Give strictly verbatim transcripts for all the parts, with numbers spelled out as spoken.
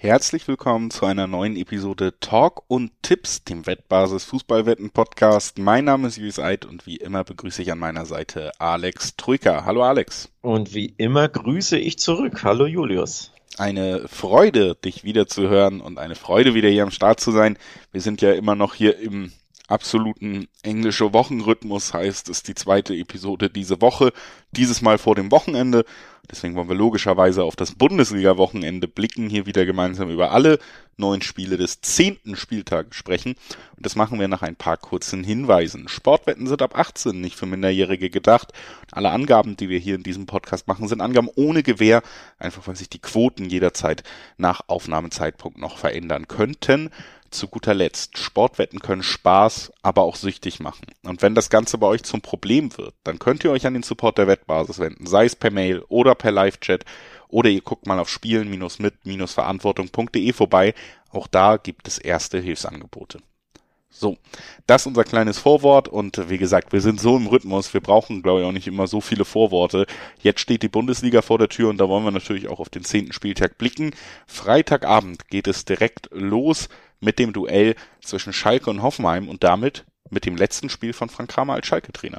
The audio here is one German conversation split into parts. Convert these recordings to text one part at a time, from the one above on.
Herzlich willkommen zu einer neuen Episode Talk und Tipps, dem Wettbasis Fußballwetten Podcast. Mein Name ist Julius Eid und wie immer begrüße ich an meiner Seite Alex Troika. Hallo Alex. Und wie immer grüße ich zurück. Hallo Julius. Eine Freude, dich wieder zu hören und eine Freude, wieder hier am Start zu sein. Wir sind ja immer noch hier im absoluten englische Wochenrhythmus, heißt es die zweite Episode diese Woche, dieses Mal vor dem Wochenende. Deswegen wollen wir logischerweise auf das Bundesliga-Wochenende blicken, hier wieder gemeinsam über alle neun Spiele des zehnten Spieltages sprechen. Und das machen wir nach ein paar kurzen Hinweisen. Sportwetten sind ab achtzehn, nicht für Minderjährige gedacht. Alle Angaben, die wir hier in diesem Podcast machen, sind Angaben ohne Gewähr, einfach weil sich die Quoten jederzeit nach Aufnahmezeitpunkt noch verändern könnten. Zu guter Letzt, Sportwetten können Spaß, aber auch süchtig machen. Und wenn das Ganze bei euch zum Problem wird, dann könnt ihr euch an den Support der Wettbasis wenden, sei es per Mail oder per Live-Chat oder ihr guckt mal auf spielen-mit-verantwortung punkt de vorbei. Auch da gibt es erste Hilfsangebote. So, das ist unser kleines Vorwort und wie gesagt, wir sind so im Rhythmus, wir brauchen, glaube ich, auch nicht immer so viele Vorworte. Jetzt steht die Bundesliga vor der Tür und da wollen wir natürlich auch auf den zehnten Spieltag blicken. Freitagabend geht es direkt los mit dem Duell zwischen Schalke und Hoffenheim und damit mit dem letzten Spiel von Frank Kramer als Schalke-Trainer.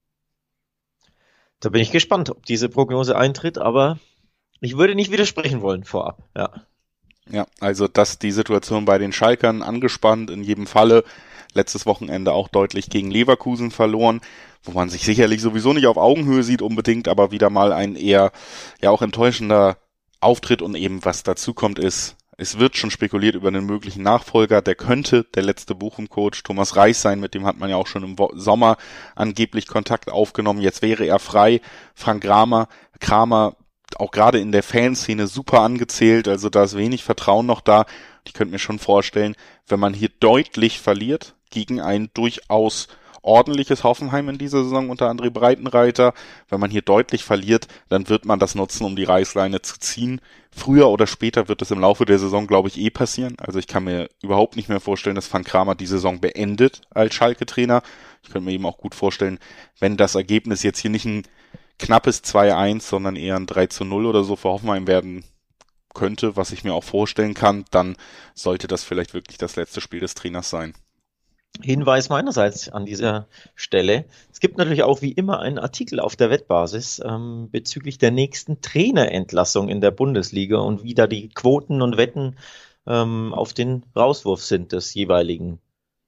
Da bin ich gespannt, ob diese Prognose eintritt, aber ich würde nicht widersprechen wollen vorab, ja. Ja, also dass die Situation bei den Schalkern angespannt, in jedem Falle letztes Wochenende auch deutlich gegen Leverkusen verloren, wo man sich sicherlich sowieso nicht auf Augenhöhe sieht unbedingt, aber wieder mal ein eher ja auch enttäuschender Auftritt und eben was dazu kommt ist, es wird schon spekuliert über einen möglichen Nachfolger, der könnte der letzte Bochum-Coach Thomas Reis sein, mit dem hat man ja auch schon im Sommer angeblich Kontakt aufgenommen, jetzt wäre er frei. Frank Kramer, Kramer auch gerade in der Fanszene super angezählt, also da ist wenig Vertrauen noch da. Ich könnte mir schon vorstellen, wenn man hier deutlich verliert gegen ein durchaus ordentliches Hoffenheim in dieser Saison unter André Breitenreiter, wenn man hier deutlich verliert, dann wird man das nutzen, um die Reißleine zu ziehen. Früher oder später wird es im Laufe der Saison, glaube ich, eh passieren. Also ich kann mir überhaupt nicht mehr vorstellen, dass Frank Kramer die Saison beendet als Schalke-Trainer. Ich könnte mir eben auch gut vorstellen, wenn das Ergebnis jetzt hier nicht ein knappes zwei eins, sondern eher ein drei zu null oder so für Hoffenheim werden könnte, was ich mir auch vorstellen kann, dann sollte das vielleicht wirklich das letzte Spiel des Trainers sein. Hinweis meinerseits an dieser Stelle. Es gibt natürlich auch wie immer einen Artikel auf der Wettbasis ähm, bezüglich der nächsten Trainerentlassung in der Bundesliga und wie da die Quoten und Wetten ähm, auf den Rauswurf sind des jeweiligen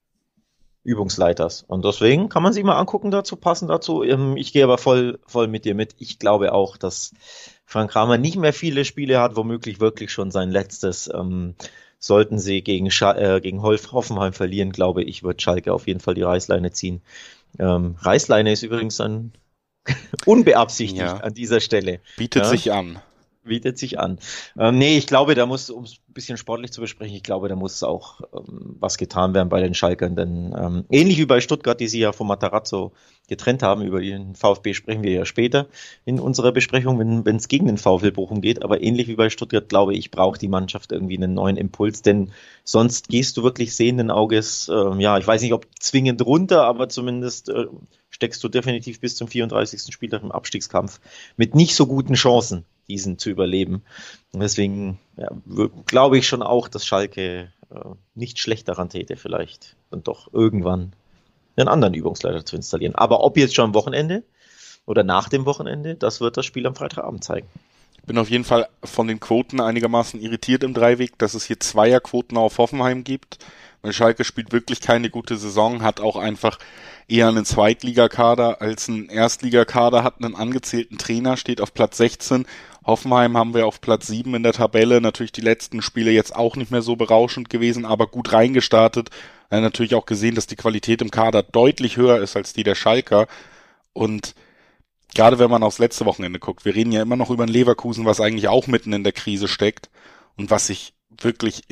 Übungsleiters. Und deswegen kann man sich mal angucken dazu, passen dazu. Ähm, ich gehe aber voll, voll mit dir mit. Ich glaube auch, dass Frank Kramer nicht mehr viele Spiele hat, womöglich wirklich schon sein letztes. Ähm, sollten sie gegen, Scha- äh, gegen Hoffenheim verlieren, glaube ich, wird Schalke auf jeden Fall die Reißleine ziehen. Ähm, Reißleine ist übrigens ein unbeabsichtigt Ja. an dieser Stelle. Bietet Ja? sich an. Bietet sich an. Ähm, nee, ich glaube, da muss, um es ein bisschen sportlich zu besprechen, ich glaube, da muss auch ähm, was getan werden bei den Schalkern, denn ähm, ähnlich wie bei Stuttgart, die sie ja von Matarazzo getrennt haben, über den VfB sprechen wir ja später in unserer Besprechung, wenn es gegen den VfL Bochum geht, aber ähnlich wie bei Stuttgart, glaube ich, braucht die Mannschaft irgendwie einen neuen Impuls, denn sonst gehst du wirklich sehenden Auges, äh, ja, ich weiß nicht, ob zwingend runter, aber zumindest äh, steckst du definitiv bis zum vierunddreißigsten Spieltag im Abstiegskampf mit nicht so guten Chancen, diesen zu überleben. Und deswegen ja, glaube ich schon auch, dass Schalke äh, nicht schlecht daran täte, vielleicht dann doch irgendwann einen anderen Übungsleiter zu installieren. Aber ob jetzt schon am Wochenende oder nach dem Wochenende, das wird das Spiel am Freitagabend zeigen. Ich bin auf jeden Fall von den Quoten einigermaßen irritiert im Dreiweg, dass es hier Zweierquoten auf Hoffenheim gibt. Weil Schalke spielt wirklich keine gute Saison, hat auch einfach eher einen Zweitligakader als einen Erstligakader, hat einen angezählten Trainer, steht auf Platz sechzehn. Hoffenheim haben wir auf Platz sieben in der Tabelle. Natürlich die letzten Spiele jetzt auch nicht mehr so berauschend gewesen, aber gut reingestartet. Wir haben natürlich auch gesehen, dass die Qualität im Kader deutlich höher ist als die der Schalker. Und gerade wenn man aufs letzte Wochenende guckt, wir reden ja immer noch über ein Leverkusen, was eigentlich auch mitten in der Krise steckt und was sich wirklich im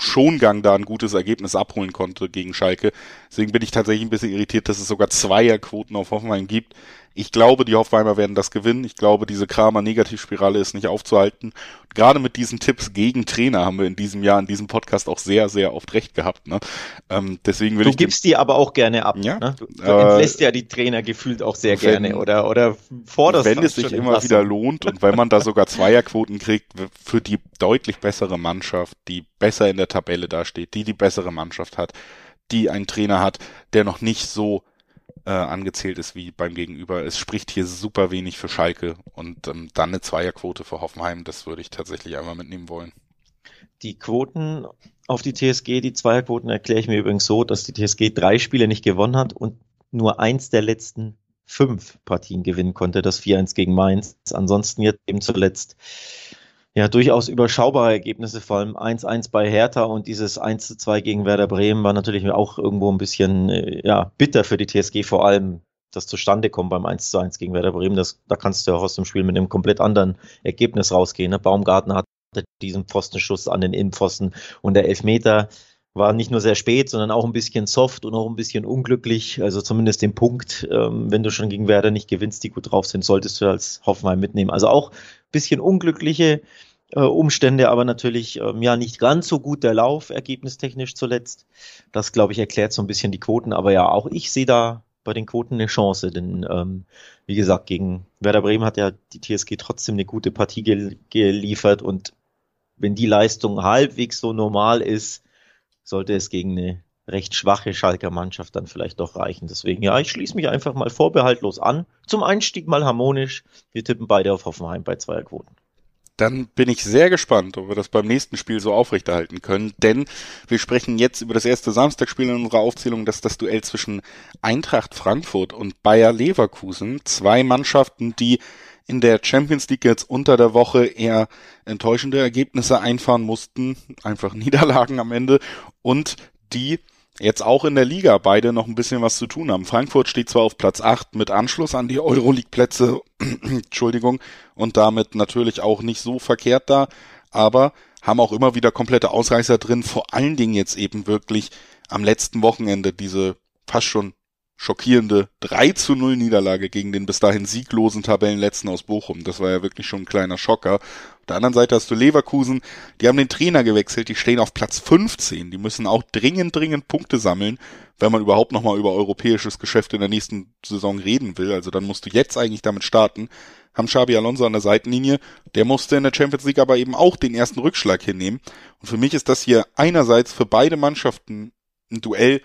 Schongang da ein gutes Ergebnis abholen konnte gegen Schalke. Deswegen bin ich tatsächlich ein bisschen irritiert, dass es sogar Zweierquoten auf Hoffenheim gibt. Ich glaube, die Hoffenheimer werden das gewinnen. Ich glaube, diese Kramer-Negativspirale ist nicht aufzuhalten. Und gerade mit diesen Tipps gegen Trainer haben wir in diesem Jahr in diesem Podcast auch sehr, sehr oft recht gehabt. Ne? Ähm, deswegen will du ich gibst die aber auch gerne ab. Ja, ne? Du, du äh, entlässt ja die Trainer gefühlt auch sehr wenn, gerne oder, oder forderst wenn es sich immer Entlassung. wieder lohnt und wenn man da sogar Zweierquoten kriegt für die deutlich bessere Mannschaft, die besser in der Tabelle dasteht, die die bessere Mannschaft hat, die einen Trainer hat, der noch nicht so äh, angezählt ist wie beim Gegenüber. Es spricht hier super wenig für Schalke und ähm, dann eine Zweierquote für Hoffenheim, das würde ich tatsächlich einmal mitnehmen wollen. Die Quoten auf die T S G, die Zweierquoten erkläre ich mir übrigens so, dass die T S G drei Spiele nicht gewonnen hat und nur eins der letzten fünf Partien gewinnen konnte, das vier eins gegen Mainz. Ansonsten jetzt eben zuletzt ja durchaus überschaubare Ergebnisse, vor allem eins eins bei Hertha und dieses eins zu zwei gegen Werder Bremen war natürlich auch irgendwo ein bisschen äh, ja bitter für die T S G, vor allem das Zustandekommen beim eins zu eins gegen Werder Bremen. Das, da kannst du ja auch aus dem Spiel mit einem komplett anderen Ergebnis rausgehen. Ne? Baumgartner hat diesen Pfostenschuss an den Innenpfosten und der Elfmeter war nicht nur sehr spät, sondern auch ein bisschen soft und auch ein bisschen unglücklich. Also zumindest den Punkt, ähm, wenn du schon gegen Werder nicht gewinnst, die gut drauf sind, solltest du als Hoffenheim mitnehmen. Also auch ein bisschen unglückliche äh, Umstände, aber natürlich ähm, ja nicht ganz so gut der Lauf, ergebnistechnisch zuletzt. Das, glaube ich, erklärt so ein bisschen die Quoten. Aber ja, auch ich sehe da bei den Quoten eine Chance, denn ähm, wie gesagt, gegen Werder Bremen hat ja die T S G trotzdem eine gute Partie gel- geliefert und wenn die Leistung halbwegs so normal ist, sollte es gegen eine recht schwache Schalker Mannschaft dann vielleicht doch reichen. Deswegen, ja, ich schließe mich einfach mal vorbehaltlos an. Zum Einstieg mal harmonisch. Wir tippen beide auf Hoffenheim bei Zweierquoten. Dann bin ich sehr gespannt, ob wir das beim nächsten Spiel so aufrechterhalten können, denn wir sprechen jetzt über das erste Samstagsspiel in unserer Aufzählung, das ist das Duell zwischen Eintracht Frankfurt und Bayer Leverkusen. Zwei Mannschaften, die in der Champions League jetzt unter der Woche eher enttäuschende Ergebnisse einfahren mussten, einfach Niederlagen am Ende, und die jetzt auch in der Liga beide noch ein bisschen was zu tun haben. Frankfurt steht zwar auf Platz acht mit Anschluss an die Euroleague-Plätze, Entschuldigung, und damit natürlich auch nicht so verkehrt da, aber haben auch immer wieder komplette Ausreißer drin, vor allen Dingen jetzt eben wirklich am letzten Wochenende diese fast schon schockierende drei zu null Niederlage gegen den bis dahin sieglosen Tabellenletzten aus Bochum. Das war ja wirklich schon ein kleiner Schocker. Auf der anderen Seite hast du Leverkusen, die haben den Trainer gewechselt, die stehen auf Platz fünfzehn. Die müssen auch dringend, dringend Punkte sammeln, wenn man überhaupt nochmal über europäisches Geschäft in der nächsten Saison reden will. Also dann musst du jetzt eigentlich damit starten. Haben Xabi Alonso an der Seitenlinie, der musste in der Champions League aber eben auch den ersten Rückschlag hinnehmen. Und für mich ist das hier einerseits für beide Mannschaften ein Duell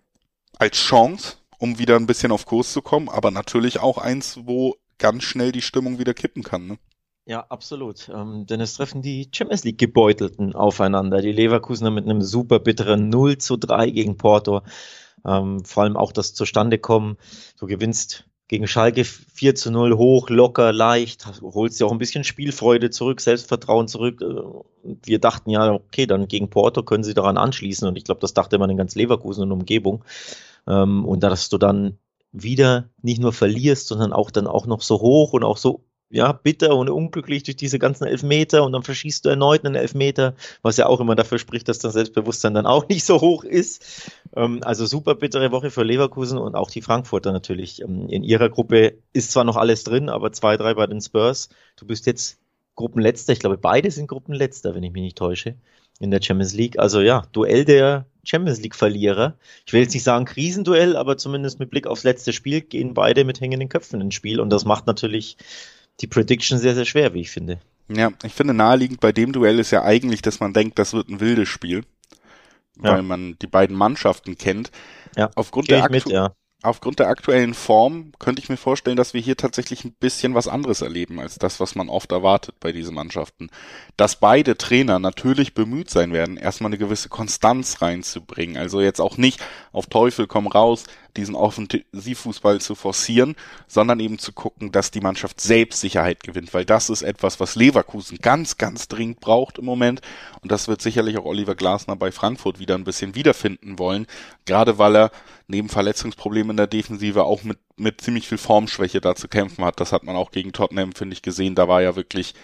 als Chance, um wieder ein bisschen auf Kurs zu kommen, aber natürlich auch eins, wo ganz schnell die Stimmung wieder kippen kann. Ne? Ja, absolut. Ähm, denn es treffen die Champions League Gebeutelten aufeinander. Die Leverkusener mit einem super bitteren null zu drei gegen Porto. Ähm, vor allem auch das Zustandekommen. Du gewinnst gegen Schalke vier zu null hoch, locker, leicht, holst dir auch ein bisschen Spielfreude zurück, Selbstvertrauen zurück. Wir dachten ja, okay, dann gegen Porto können sie daran anschließen und ich glaube, das dachte man in ganz Leverkusen und Umgebung. Und dass du dann wieder nicht nur verlierst, sondern auch dann auch noch so hoch und auch so ja bitter und unglücklich durch diese ganzen Elfmeter und dann verschießt du erneut einen Elfmeter, was ja auch immer dafür spricht, dass das Selbstbewusstsein dann auch nicht so hoch ist. Also super bittere Woche für Leverkusen und auch die Frankfurter natürlich. In ihrer Gruppe ist zwar noch alles drin, aber zwei drei bei den Spurs. Du bist jetzt Gruppenletzter. Ich glaube, beide sind Gruppenletzter, wenn ich mich nicht täusche, in der Champions League. Also ja, Duell der Champions League-Verlierer. Ich will jetzt nicht sagen Krisenduell, aber zumindest mit Blick aufs letzte Spiel gehen beide mit hängenden Köpfen ins Spiel und das macht natürlich die Prediction sehr, sehr schwer, wie ich finde. Ja, ich finde naheliegend bei dem Duell ist ja eigentlich, dass man denkt, das wird ein wildes Spiel, weil ja. man die beiden Mannschaften kennt. Ja, aufgrund der, aktu- mit, ja. aufgrund der aktuellen Form könnte ich mir vorstellen, dass wir hier tatsächlich ein bisschen was anderes erleben, als das, was man oft erwartet bei diesen Mannschaften. Dass beide Trainer natürlich bemüht sein werden, erstmal eine gewisse Konstanz reinzubringen. Also jetzt auch nicht auf Teufel komm raus, diesen Offensivfußball zu forcieren, sondern eben zu gucken, dass die Mannschaft Selbstsicherheit gewinnt, weil das ist etwas, was Leverkusen ganz, ganz dringend braucht im Moment und das wird sicherlich auch Oliver Glasner bei Frankfurt wieder ein bisschen wiederfinden wollen, gerade weil er neben Verletzungsproblemen in der Defensive auch mit mit ziemlich viel Formschwäche da zu kämpfen hat. Das hat man auch gegen Tottenham, finde ich, gesehen, da war ja wirklich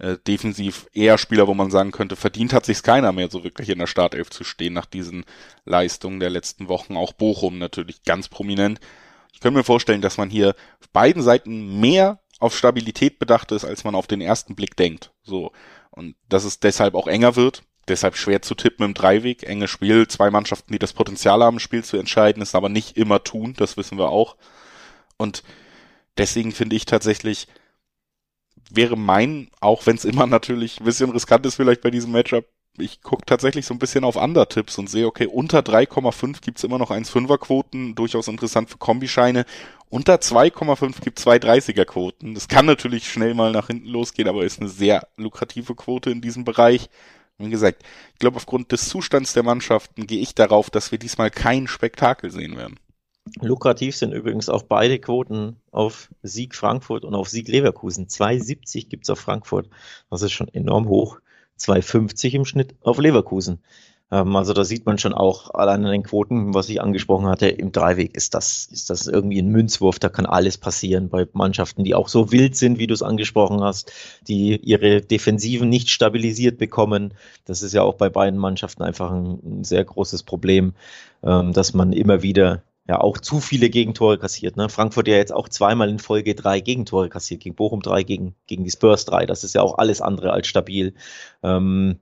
äh, defensiv eher Spieler, wo man sagen könnte, verdient hat sich's keiner mehr, so wirklich in der Startelf zu stehen nach diesen Leistungen der letzten Wochen. Auch Bochum natürlich ganz prominent. Ich könnte mir vorstellen, dass man hier auf beiden Seiten mehr auf Stabilität bedacht ist, als man auf den ersten Blick denkt. So. Und dass es deshalb auch enger wird. Deshalb schwer zu tippen im Dreiweg. Enge Spiel. Zwei Mannschaften, die das Potenzial haben, Spiel zu entscheiden, es aber nicht immer tun. Das wissen wir auch. Und deswegen finde ich tatsächlich, wäre mein, auch wenn es immer natürlich ein bisschen riskant ist vielleicht bei diesem Matchup, ich gucke tatsächlich so ein bisschen auf Undertipps und sehe, okay, unter drei Komma fünf gibt's immer noch eins Komma fünfer Quoten, durchaus interessant für Kombischeine. Unter zwei Komma fünf gibt's zwei dreißiger Quoten. Das kann natürlich schnell mal nach hinten losgehen, aber ist eine sehr lukrative Quote in diesem Bereich. Wie gesagt, ich glaube, aufgrund des Zustands der Mannschaften gehe ich darauf, dass wir diesmal kein Spektakel sehen werden. Lukrativ sind übrigens auch beide Quoten auf Sieg Frankfurt und auf Sieg Leverkusen. zwei Komma siebzig gibt's auf Frankfurt. Das ist schon enorm hoch. zwei Komma fünfzig im Schnitt auf Leverkusen. Ähm, also da sieht man schon auch allein an den Quoten, was ich angesprochen hatte, im Dreiweg ist das, ist das irgendwie ein Münzwurf. Da kann alles passieren bei Mannschaften, die auch so wild sind, wie du es angesprochen hast, die ihre Defensiven nicht stabilisiert bekommen. Das ist ja auch bei beiden Mannschaften einfach ein, ein sehr großes Problem, ähm, dass man immer wieder ja auch zu viele Gegentore kassiert. Ne? Frankfurt ja jetzt auch zweimal in Folge drei Gegentore kassiert, gegen Bochum drei, gegen, gegen die Spurs drei. Das ist ja auch alles andere als stabil. Ähm,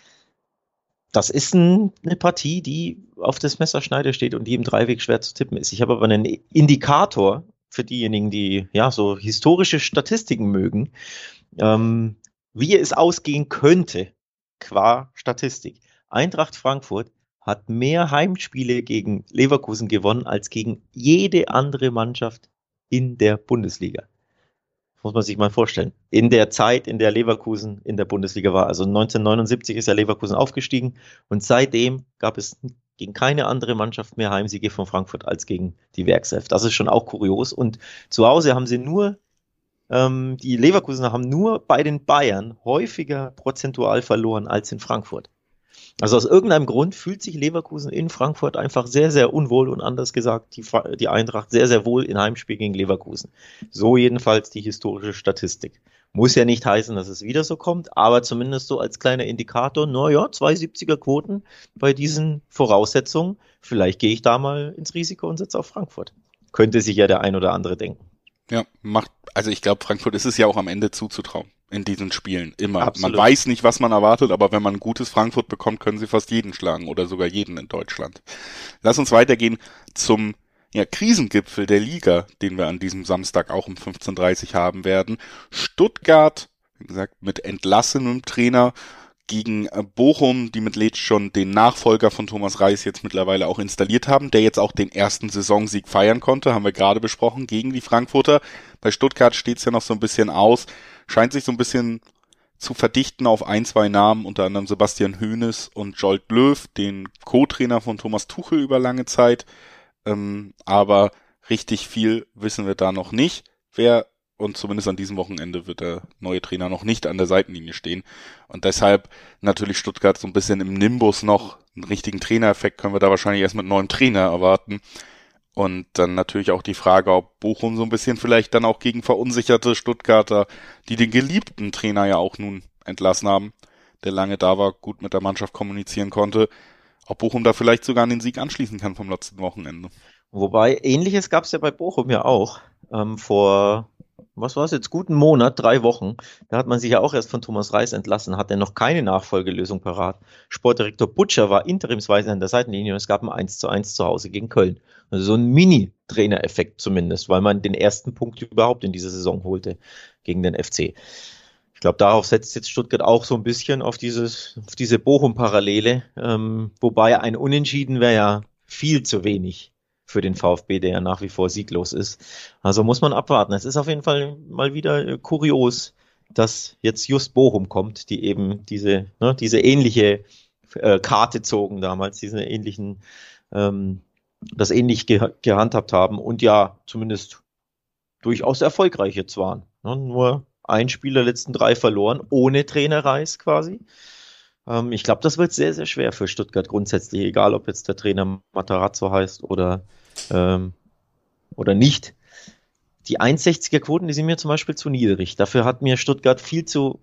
das ist ein, eine Partie, die auf das Messerschneide steht und die im Dreiweg schwer zu tippen ist. Ich habe aber einen Indikator für diejenigen, die ja so historische Statistiken mögen, ähm, wie es ausgehen könnte, qua Statistik. Eintracht Frankfurt hat mehr Heimspiele gegen Leverkusen gewonnen als gegen jede andere Mannschaft in der Bundesliga. Das muss man sich mal vorstellen. In der Zeit, in der Leverkusen in der Bundesliga war, also neunzehnhundertneunundsiebzig ist ja Leverkusen aufgestiegen und seitdem gab es gegen keine andere Mannschaft mehr Heimsiege von Frankfurt als gegen die Werkself. Das ist schon auch kurios und zu Hause haben sie nur, ähm, die Leverkusener haben nur bei den Bayern häufiger prozentual verloren als in Frankfurt. Also aus irgendeinem Grund fühlt sich Leverkusen in Frankfurt einfach sehr, sehr unwohl und anders gesagt die, die Eintracht sehr, sehr wohl in Heimspiel gegen Leverkusen. So jedenfalls die historische Statistik. Muss ja nicht heißen, dass es wieder so kommt, aber zumindest so als kleiner Indikator, naja, zwei siebziger Quoten bei diesen Voraussetzungen. Vielleicht gehe ich da mal ins Risiko und setze auf Frankfurt. Könnte sich ja der ein oder andere denken. Ja, macht, also ich glaube, Frankfurt ist es ja auch am Ende zuzutrauen in diesen Spielen. Immer. Absolut. Man weiß nicht, was man erwartet, aber wenn man ein gutes Frankfurt bekommt, können sie fast jeden schlagen oder sogar jeden in Deutschland. Lass uns weitergehen zum ja, Krisengipfel der Liga, den wir an diesem Samstag auch um fünfzehn Uhr dreißig haben werden. Stuttgart, wie gesagt, mit entlassenem Trainer gegen Bochum, die mit Letsch schon den Nachfolger von Thomas Reis jetzt mittlerweile auch installiert haben, der jetzt auch den ersten Saisonsieg feiern konnte, haben wir gerade besprochen, gegen die Frankfurter. Bei Stuttgart steht es ja noch so ein bisschen aus, scheint sich so ein bisschen zu verdichten auf ein, zwei Namen, unter anderem Sebastian Hoeneß und Jolt Löw, den Co-Trainer von Thomas Tuchel über lange Zeit. Ähm, aber richtig viel wissen wir da noch nicht, wer. Und zumindest an diesem Wochenende wird der neue Trainer noch nicht an der Seitenlinie stehen. Und deshalb natürlich Stuttgart so ein bisschen im Nimbus noch. Einen richtigen Trainereffekt können wir da wahrscheinlich erst mit neuem Trainer erwarten. Und dann natürlich auch die Frage, ob Bochum so ein bisschen vielleicht dann auch gegen verunsicherte Stuttgarter, die den geliebten Trainer ja auch nun entlassen haben, der lange da war, gut mit der Mannschaft kommunizieren konnte, ob Bochum da vielleicht sogar an den Sieg anschließen kann vom letzten Wochenende. Wobei, Ähnliches gab es ja bei Bochum ja auch. Ähm, vor, was war es jetzt, guten Monat, drei Wochen. Da hat man sich ja auch erst von Thomas Reis entlassen, hat er noch keine Nachfolgelösung parat. Sportdirektor Butcher war interimsweise an der Seitenlinie und es gab ein eins zu eins zu Hause gegen Köln. Also so ein Mini-Trainer-Effekt zumindest, weil man den ersten Punkt überhaupt in dieser Saison holte gegen den F C. Ich glaube, darauf setzt jetzt Stuttgart auch so ein bisschen auf dieses, auf diese Bochum-Parallele, ähm, wobei ein Unentschieden wäre ja viel zu wenig für den VfB, der ja nach wie vor sieglos ist. Also muss man abwarten. Es ist auf jeden Fall mal wieder kurios, dass jetzt just Bochum kommt, die eben diese, ne, diese ähnliche äh, Karte zogen damals, diese ähnlichen, ähm, das ähnlich ge- gehandhabt haben und ja zumindest durchaus erfolgreich jetzt waren. Ne? Nur ein Spiel der letzten drei verloren, ohne Trainer Reis quasi. Ähm, ich glaube, das wird sehr, sehr schwer für Stuttgart grundsätzlich, egal ob jetzt der Trainer Matarazzo heißt oder, ähm, oder nicht. Die eins Komma sechziger Quoten, die sind mir zum Beispiel zu niedrig. Dafür hat mir Stuttgart viel zu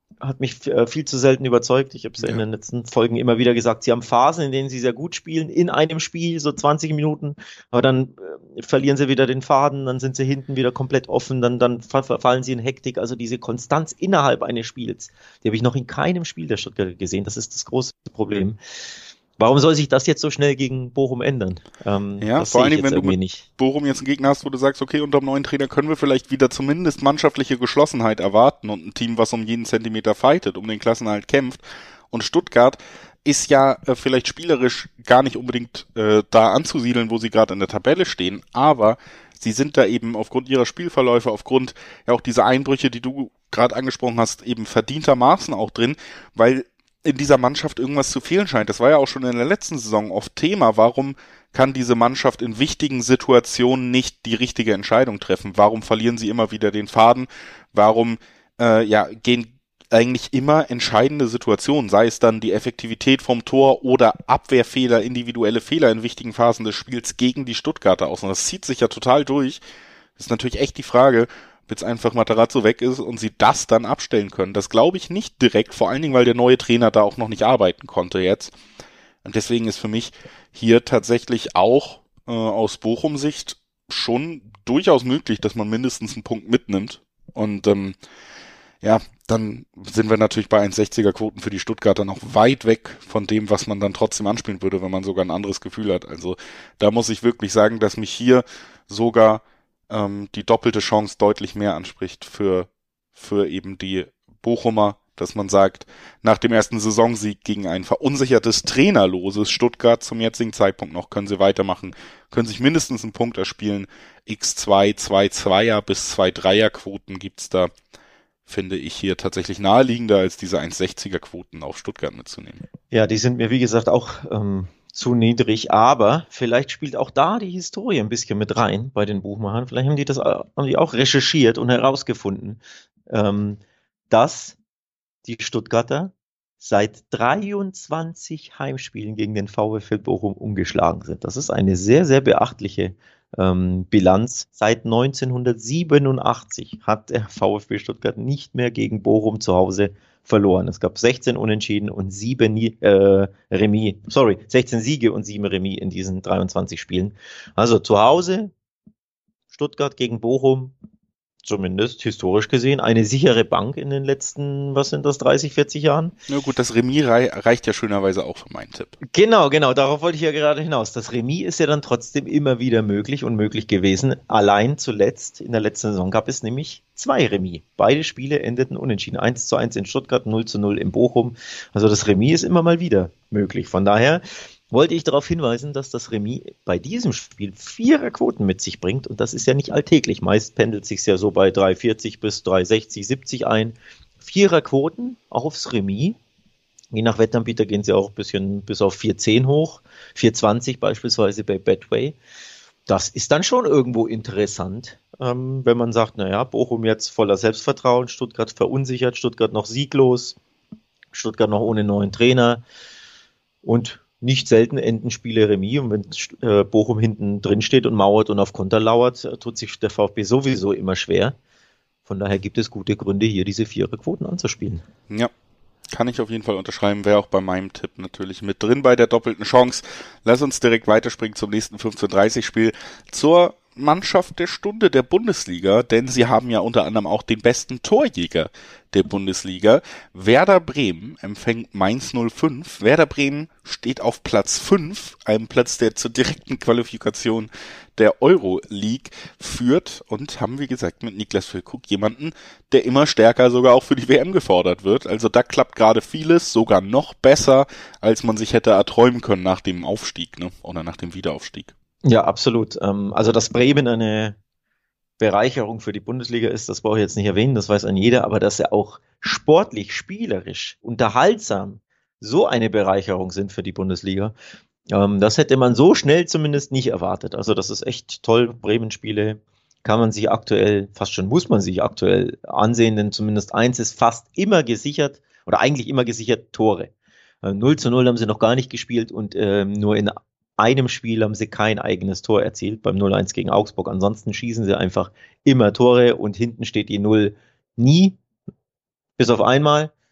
hat mich äh, viel zu selten überzeugt. Ich habe es ja. in den letzten Folgen immer wieder gesagt, sie haben Phasen, in denen sie sehr gut spielen, in einem Spiel, so zwanzig Minuten, aber dann äh, verlieren sie wieder den Faden, dann sind sie hinten wieder komplett offen, dann, dann fallen sie in Hektik. Also diese Konstanz innerhalb eines Spiels, die habe ich noch in keinem Spiel der Stuttgarter gesehen. Das ist das große Problem. Warum soll sich das jetzt so schnell gegen Bochum ändern? Ähm, ja, vor allen Dingen, wenn du mit nicht. Bochum jetzt einen Gegner hast, wo du sagst, okay, unter dem neuen Trainer können wir vielleicht wieder zumindest mannschaftliche Geschlossenheit erwarten und ein Team, was um jeden Zentimeter fightet, um den Klassenerhalt kämpft. Und Stuttgart ist ja äh, vielleicht spielerisch gar nicht unbedingt äh, da anzusiedeln, wo sie gerade in der Tabelle stehen, aber sie sind da eben aufgrund ihrer Spielverläufe, aufgrund ja auch dieser Einbrüche, die du gerade angesprochen hast, eben verdientermaßen auch drin, weil in dieser Mannschaft irgendwas zu fehlen scheint. Das war ja auch schon in der letzten Saison oft Thema. Warum kann diese Mannschaft in wichtigen Situationen nicht die richtige Entscheidung treffen? Warum verlieren sie immer wieder den Faden? Warum äh, ja gehen eigentlich immer entscheidende Situationen, sei es dann die Effektivität vom Tor oder Abwehrfehler, individuelle Fehler in wichtigen Phasen des Spiels gegen die Stuttgarter aus? Und das zieht sich ja total durch. Das ist natürlich echt die Frage, ob jetzt einfach Matarazzo weg ist und sie das dann abstellen können. Das glaube ich nicht direkt, vor allen Dingen, weil der neue Trainer da auch noch nicht arbeiten konnte jetzt. Und deswegen ist für mich hier tatsächlich auch äh, aus Bochum-Sicht schon durchaus möglich, dass man mindestens einen Punkt mitnimmt. Und ähm, ja, dann sind wir natürlich bei eins Komma sechziger Quoten für die Stuttgarter noch weit weg von dem, was man dann trotzdem anspielen würde, wenn man sogar ein anderes Gefühl hat. Also da muss ich wirklich sagen, dass mich hier sogar ähm, die doppelte Chance deutlich mehr anspricht für für eben die Bochumer, dass man sagt, nach dem ersten Saisonsieg gegen ein verunsichertes, trainerloses Stuttgart zum jetzigen Zeitpunkt noch, können sie weitermachen, können sich mindestens einen Punkt erspielen. X zwei, zwei Zweier bis zwei Dreier Quoten gibt's da, finde ich hier tatsächlich naheliegender, als diese eins Komma sechziger Quoten auf Stuttgart mitzunehmen. Ja, die sind mir, wie gesagt, auch ähm, zu niedrig, aber vielleicht spielt auch da die Historie ein bisschen mit rein bei den Buchmachern. Vielleicht haben die das haben die auch recherchiert und herausgefunden, ähm, dass die Stuttgarter seit dreiundzwanzig Heimspielen gegen den VfL Bochum ungeschlagen sind. Das ist eine sehr, sehr beachtliche ähm, Bilanz. Seit neunzehnhundertsiebenundachtzig hat der VfB Stuttgart nicht mehr gegen Bochum zu Hause verloren. Es gab sechzehn Unentschieden und sieben äh, Remis. Sorry, sechzehn Siege und sieben Remis in diesen dreiundzwanzig Spielen. Also zu Hause Stuttgart gegen Bochum, zumindest historisch gesehen, eine sichere Bank in den letzten, was sind das, dreißig, vierzig Jahren? Na gut, das Remis rei- reicht ja schönerweise auch für meinen Tipp. Genau, genau, darauf wollte ich ja gerade hinaus. Das Remis ist ja dann trotzdem immer wieder möglich und möglich gewesen. Allein zuletzt, in der letzten Saison gab es nämlich zwei Remis. Beide Spiele endeten unentschieden. eins zu eins in Stuttgart, null zu null in Bochum. Also das Remis ist immer mal wieder möglich. Von daher wollte ich darauf hinweisen, dass das Remis bei diesem Spiel Viererquoten mit sich bringt und das ist ja nicht alltäglich. Meist pendelt sich ja so bei drei vierzig bis drei sechzig, siebzig ein. Viererquoten aufs Remis. Je nach Wettanbieter gehen sie auch ein bisschen bis auf vier zehn hoch, vier zwanzig beispielsweise bei Betway. Das ist dann schon irgendwo interessant, ähm, wenn man sagt, naja, Bochum jetzt voller Selbstvertrauen, Stuttgart verunsichert, Stuttgart noch sieglos, Stuttgart noch ohne neuen Trainer und nicht selten enden Spiele Remis und wenn äh, Bochum hinten drin steht und mauert und auf Konter lauert, äh, tut sich der VfB sowieso immer schwer. Von daher gibt es gute Gründe, hier diese Viererquoten anzuspielen. Ja, kann ich auf jeden Fall unterschreiben. Wäre auch bei meinem Tipp natürlich mit drin bei der doppelten Chance. Lass uns direkt weiterspringen zum nächsten fünfzehn Uhr dreißig Spiel zur Mannschaft der Stunde der Bundesliga, denn sie haben ja unter anderem auch den besten Torjäger der Bundesliga. Werder Bremen empfängt Mainz null fünf. Werder Bremen steht auf Platz fünf, einem Platz, der zur direkten Qualifikation der Euroleague führt und haben, wie gesagt, mit Niklas Füllkrug jemanden, der immer stärker sogar auch für die W M gefordert wird. Also da klappt gerade vieles sogar noch besser, als man sich hätte erträumen können nach dem Aufstieg, ne? Oder nach dem Wiederaufstieg. Ja, absolut. Also, dass Bremen eine Bereicherung für die Bundesliga ist, das brauche ich jetzt nicht erwähnen, das weiß ein jeder, aber dass er auch sportlich, spielerisch, unterhaltsam so eine Bereicherung sind für die Bundesliga, das hätte man so schnell zumindest nicht erwartet. Also, das ist echt toll. Bremen-Spiele kann man sich aktuell, fast schon muss man sich aktuell ansehen, denn zumindest eins ist fast immer gesichert oder eigentlich immer gesichert Tore. null zu null haben sie noch gar nicht gespielt und ähm, nur in einem Spiel haben sie kein eigenes Tor erzielt, beim null eins gegen Augsburg. Ansonsten schießen sie einfach immer Tore und hinten steht die Null nie, bis auf einmal.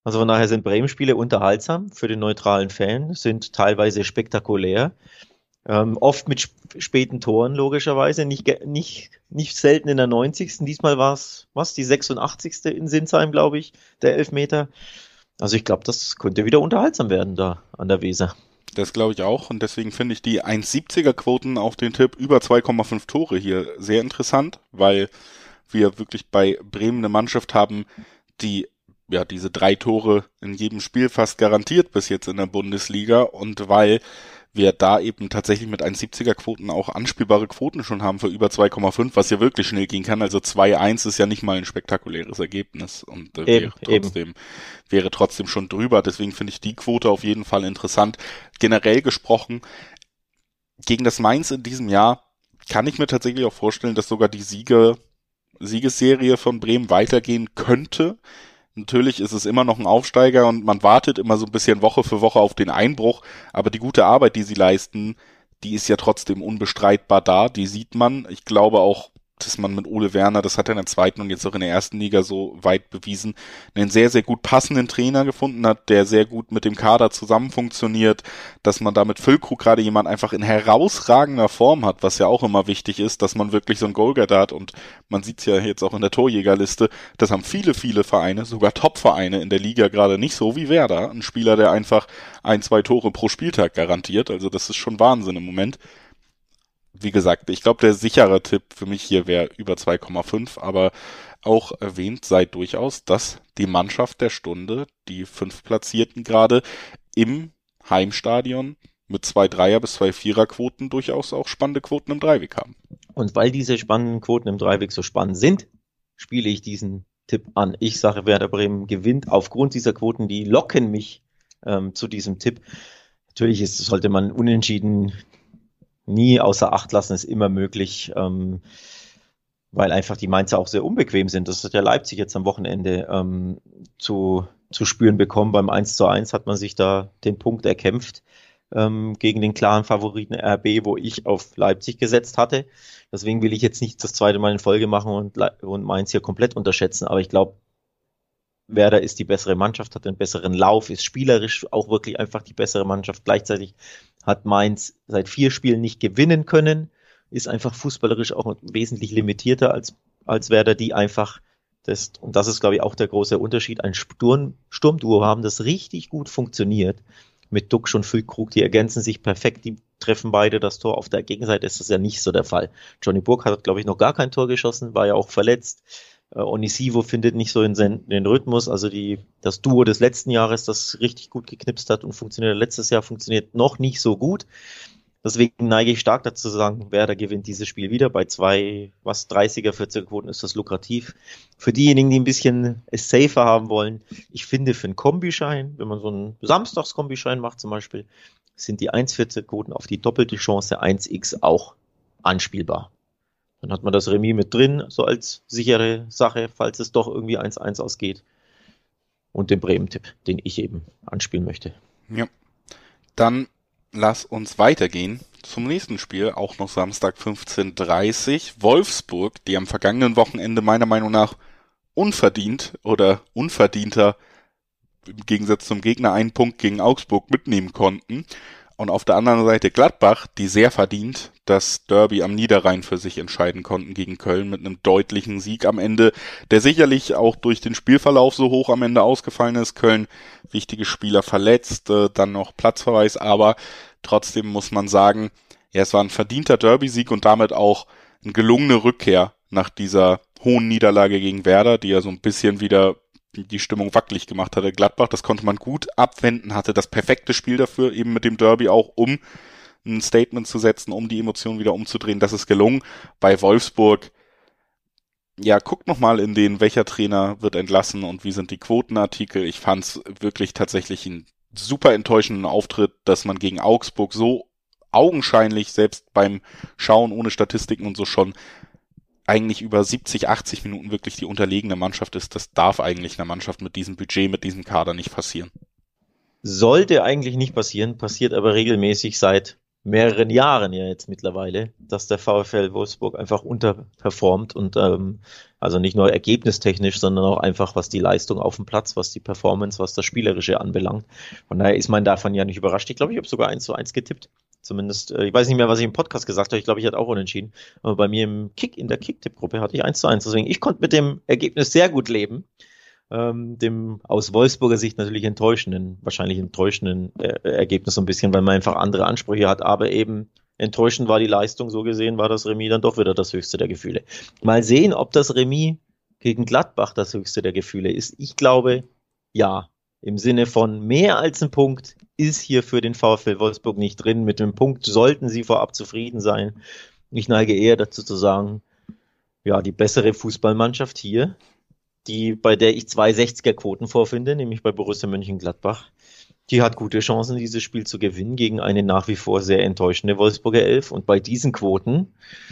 Also von daher sind Bremen-Spiele unterhaltsam für den neutralen Fan, sind teilweise spektakulär, ähm, oft mit sp- späten Toren logischerweise, nicht, ge- nicht, nicht selten in der neunzigsten Diesmal war es, was, die sechsundachtzigste in Sinsheim, glaube ich, der Elfmeter. Also ich glaube, das könnte wieder unterhaltsam werden da an der Weser. Das glaube ich auch und deswegen finde ich die eins Komma siebziger Quoten auf den Tipp über zwei Komma fünf Tore hier sehr interessant, weil wir wirklich bei Bremen eine Mannschaft haben, die ja diese drei Tore in jedem Spiel fast garantiert bis jetzt in der Bundesliga und weil wir da eben tatsächlich mit eins Komma siebziger Quoten auch anspielbare Quoten schon haben für über zwei Komma fünf, was ja wirklich schnell gehen kann. Also zwei eins ist ja nicht mal ein spektakuläres Ergebnis und äh, Eben, wäre trotzdem eben. wäre trotzdem schon drüber. Deswegen finde ich die Quote auf jeden Fall interessant. Generell gesprochen, gegen das Mainz in diesem Jahr kann ich mir tatsächlich auch vorstellen, dass sogar die Siege, Siegesserie von Bremen weitergehen könnte. Natürlich ist es immer noch ein Aufsteiger und man wartet immer so ein bisschen Woche für Woche auf den Einbruch, aber die gute Arbeit, die sie leisten, die ist ja trotzdem unbestreitbar da, die sieht man. Ich glaube auch, dass man mit Ole Werner, das hat er in der zweiten und jetzt auch in der ersten Liga so weit bewiesen, einen sehr, sehr gut passenden Trainer gefunden hat, der sehr gut mit dem Kader zusammen funktioniert, dass man da mit Füllkrug gerade jemand einfach in herausragender Form hat, was ja auch immer wichtig ist, dass man wirklich so einen Goalgetter hat und man sieht es ja jetzt auch in der Torjägerliste, das haben viele, viele Vereine, sogar Top-Vereine in der Liga gerade nicht so wie Werder, ein Spieler, der einfach ein, zwei Tore pro Spieltag garantiert, also das ist schon Wahnsinn im Moment. Wie gesagt, ich glaube, der sichere Tipp für mich hier wäre über zwei Komma fünf, aber auch erwähnt sei durchaus, dass die Mannschaft der Stunde, die fünf Platzierten gerade im Heimstadion mit zwei Dreier- bis zwei Vierer-Quoten durchaus auch spannende Quoten im Dreiweg haben. Und weil diese spannenden Quoten im Dreiweg so spannend sind, spiele ich diesen Tipp an. Ich sage, Werder Bremen gewinnt aufgrund dieser Quoten, die locken mich ähm, zu diesem Tipp. Natürlich ist, sollte man unentschieden nie außer Acht lassen, ist immer möglich, ähm, weil einfach die Mainzer auch sehr unbequem sind. Das hat ja Leipzig jetzt am Wochenende ähm, zu, zu spüren bekommen. Beim eins zu eins hat man sich da den Punkt erkämpft ähm, gegen den klaren Favoriten R B, wo ich auf Leipzig gesetzt hatte. Deswegen will ich jetzt nicht das zweite Mal in Folge machen und, und Mainz hier komplett unterschätzen, aber ich glaube, Werder ist die bessere Mannschaft, hat einen besseren Lauf, ist spielerisch auch wirklich einfach die bessere Mannschaft. Gleichzeitig hat Mainz seit vier Spielen nicht gewinnen können, ist einfach fußballerisch auch wesentlich limitierter als, als Werder, die einfach, das, und das ist, glaube ich, auch der große Unterschied, ein Sturm, Sturmduo haben, das richtig gut funktioniert. Mit Duxch und Füllkrug, die ergänzen sich perfekt, die treffen beide das Tor. Auf der Gegenseite ist das ja nicht so der Fall. Johnny Burkhardt hat, glaube ich, noch gar kein Tor geschossen, war ja auch verletzt. Uh, Onisivo findet nicht so in den, den Rhythmus, also die, das Duo des letzten Jahres, das richtig gut geknipst hat und funktioniert letztes Jahr, funktioniert noch nicht so gut. Deswegen neige ich stark dazu zu sagen, Werder gewinnt dieses Spiel wieder. Bei zwei, was, dreißiger, vierziger Quoten ist das lukrativ. Für diejenigen, die ein bisschen es safer haben wollen, ich finde für einen Kombischein, wenn man so einen Samstags-Kombischein macht zum Beispiel, sind die eins Komma vierzig Quoten auf die doppelte Chance eins X auch anspielbar. Dann hat man das Remis mit drin, so als sichere Sache, falls es doch irgendwie eins eins ausgeht. Und den Bremen-Tipp, den ich eben anspielen möchte. Ja, dann lass uns weitergehen zum nächsten Spiel, auch noch Samstag fünfzehn Uhr dreißig. Wolfsburg, die am vergangenen Wochenende meiner Meinung nach unverdient oder unverdienter im Gegensatz zum Gegner einen Punkt gegen Augsburg mitnehmen konnten. Und auf der anderen Seite Gladbach, die sehr verdient das Derby am Niederrhein für sich entscheiden konnten gegen Köln mit einem deutlichen Sieg am Ende, der sicherlich auch durch den Spielverlauf so hoch am Ende ausgefallen ist. Köln wichtige Spieler verletzt, äh, dann noch Platzverweis, aber trotzdem muss man sagen, ja, es war ein verdienter Derby-Sieg und damit auch eine gelungene Rückkehr nach dieser hohen Niederlage gegen Werder, die ja so ein bisschen wieder die Stimmung wackelig gemacht hatte. Gladbach, das konnte man gut abwenden, hatte das perfekte Spiel dafür, eben mit dem Derby auch, um ein Statement zu setzen, um die Emotionen wieder umzudrehen. Das ist gelungen. Bei Wolfsburg, ja, guckt nochmal in den, welcher Trainer wird entlassen und wie sind die Quotenartikel. Ich fand es wirklich tatsächlich einen super enttäuschenden Auftritt, dass man gegen Augsburg so augenscheinlich, selbst beim Schauen ohne Statistiken und so schon, eigentlich über siebzig, achtzig Minuten wirklich die unterlegene Mannschaft ist. Das darf eigentlich einer Mannschaft mit diesem Budget, mit diesem Kader nicht passieren. Sollte eigentlich nicht passieren, passiert aber regelmäßig seit mehreren Jahren ja jetzt mittlerweile, dass der VfL Wolfsburg einfach unterperformt und ähm, also nicht nur ergebnistechnisch, sondern auch einfach was die Leistung auf dem Platz, was die Performance, was das Spielerische anbelangt. Von daher ist man davon ja nicht überrascht. Ich glaube, ich habe sogar eins zu eins getippt. Zumindest, äh, ich weiß nicht mehr, was ich im Podcast gesagt habe. Ich glaube, ich hatte auch unentschieden. Aber bei mir im Kick, in der Kick-Tipp-Gruppe hatte ich eins zu eins. Deswegen, ich konnte mit dem Ergebnis sehr gut leben. Ähm, dem aus Wolfsburger Sicht natürlich enttäuschenden, wahrscheinlich enttäuschenden äh, Ergebnis so ein bisschen, weil man einfach andere Ansprüche hat, aber eben enttäuschend war die Leistung, so gesehen war das Remis dann doch wieder das höchste der Gefühle. Mal sehen, ob das Remis gegen Gladbach das höchste der Gefühle ist. Ich glaube, ja. Im Sinne von mehr als ein Punkt ist hier für den VfL Wolfsburg nicht drin. Mit dem Punkt sollten sie vorab zufrieden sein. Ich neige eher dazu zu sagen, ja, die bessere Fußballmannschaft hier, die, bei der ich zwei sechziger-Quoten vorfinde, nämlich bei Borussia Mönchengladbach, die hat gute Chancen, dieses Spiel zu gewinnen gegen eine nach wie vor sehr enttäuschende Wolfsburger Elf. Und bei diesen Quoten,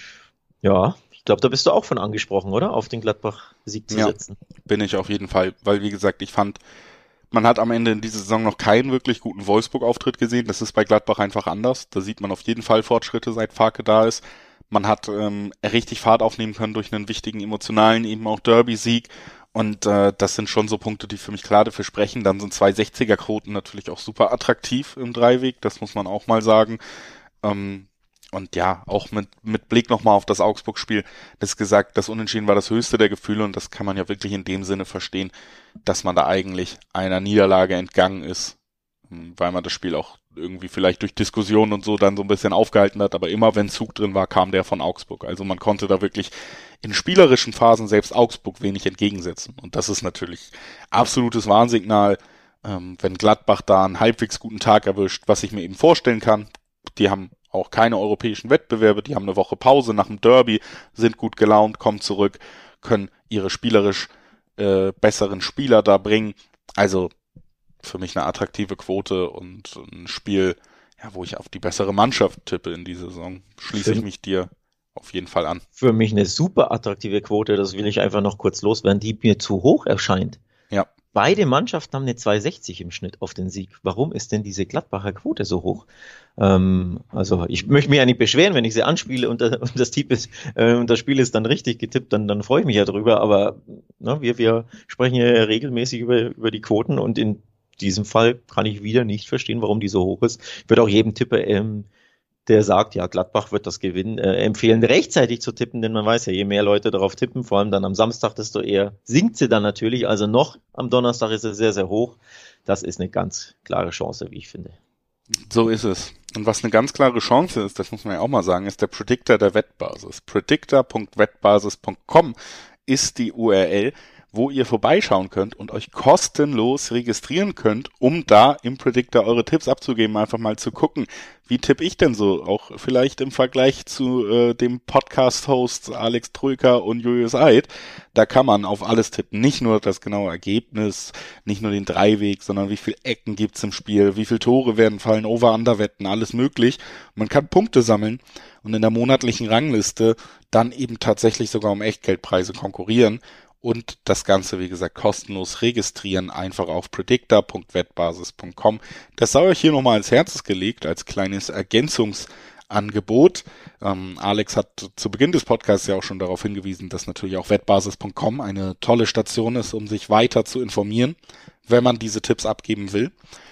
ja, ich glaube, da bist du auch von angesprochen, oder? Auf den Gladbach-Sieg zu Ja, setzen. bin ich auf jeden Fall, weil wie gesagt, ich fand, man hat am Ende in dieser Saison noch keinen wirklich guten Wolfsburg-Auftritt gesehen. Das ist bei Gladbach einfach anders. Da sieht man auf jeden Fall Fortschritte, seit Farke da ist. Man hat ähm, richtig Fahrt aufnehmen können durch einen wichtigen emotionalen, eben auch Derby-Sieg. Und äh, das sind schon so Punkte, die für mich klar dafür sprechen. Dann sind zwei sechziger-Quoten natürlich auch super attraktiv im Dreiweg. Das muss man auch mal sagen. Ähm, Und ja, auch mit, mit Blick nochmal auf das Augsburg-Spiel, das gesagt, das Unentschieden war das höchste der Gefühle und das kann man ja wirklich in dem Sinne verstehen, dass man da eigentlich einer Niederlage entgangen ist, weil man das Spiel auch irgendwie vielleicht durch Diskussionen und so dann so ein bisschen aufgehalten hat, aber immer wenn Zug drin war, kam der von Augsburg. Also man konnte da wirklich in spielerischen Phasen selbst Augsburg wenig entgegensetzen und das ist natürlich absolutes Warnsignal, ähm, wenn Gladbach da einen halbwegs guten Tag erwischt, was ich mir eben vorstellen kann. Die haben auch keine europäischen Wettbewerbe, die haben eine Woche Pause nach dem Derby, sind gut gelaunt, kommen zurück, können ihre spielerisch äh, besseren Spieler da bringen. Also für mich eine attraktive Quote und ein Spiel, ja, wo ich auf die bessere Mannschaft tippe in dieser Saison. Schließe ich mich dir auf jeden Fall an. Für mich eine super attraktive Quote, das will ich einfach noch kurz loswerden, die mir zu hoch erscheint. Ja. Beide Mannschaften haben eine zwei sechzig im Schnitt auf den Sieg. Warum ist denn diese Gladbacher Quote so hoch? Ähm, also ich möchte mich ja nicht beschweren, wenn ich sie anspiele und, und das Tipp ist, äh, und das Spiel ist dann richtig getippt, dann, dann freue ich mich ja drüber. Aber ne, wir, wir sprechen ja regelmäßig über, über die Quoten und in diesem Fall kann ich wieder nicht verstehen, warum die so hoch ist. Ich würde auch jedem Tipper, ähm, der sagt, ja, Gladbach wird das gewinnen, äh, empfehlen, rechtzeitig zu tippen, denn man weiß ja, je mehr Leute darauf tippen, vor allem dann am Samstag, desto eher sinkt sie dann natürlich. Also noch am Donnerstag ist sie sehr, sehr hoch. Das ist eine ganz klare Chance, wie ich finde. So ist es. Und was eine ganz klare Chance ist, das muss man ja auch mal sagen, ist der Predictor der Wettbasis. predictor punkt wettbasis punkt com ist die U R L, wo ihr vorbeischauen könnt und euch kostenlos registrieren könnt, um da im Predictor eure Tipps abzugeben, einfach mal zu gucken, wie tippe ich denn so, auch vielleicht im Vergleich zu äh, dem Podcast-Hosts Alex Troika und Julius Eid. Da kann man auf alles tippen, nicht nur das genaue Ergebnis, nicht nur den Dreiweg, sondern wie viele Ecken gibt's im Spiel, wie viele Tore werden fallen, Over-Under-Wetten, alles möglich. Man kann Punkte sammeln und in der monatlichen Rangliste dann eben tatsächlich sogar um Echtgeldpreise konkurrieren. Und das Ganze, wie gesagt, kostenlos registrieren, einfach auf predictor punkt wettbasis punkt com. Das sei euch hier nochmal ans Herz gelegt, als kleines Ergänzungsangebot. Ähm, Alex hat zu Beginn des Podcasts ja auch schon darauf hingewiesen, dass natürlich auch wettbasis punkt com eine tolle Station ist, um sich weiter zu informieren, wenn man diese Tipps abgeben will.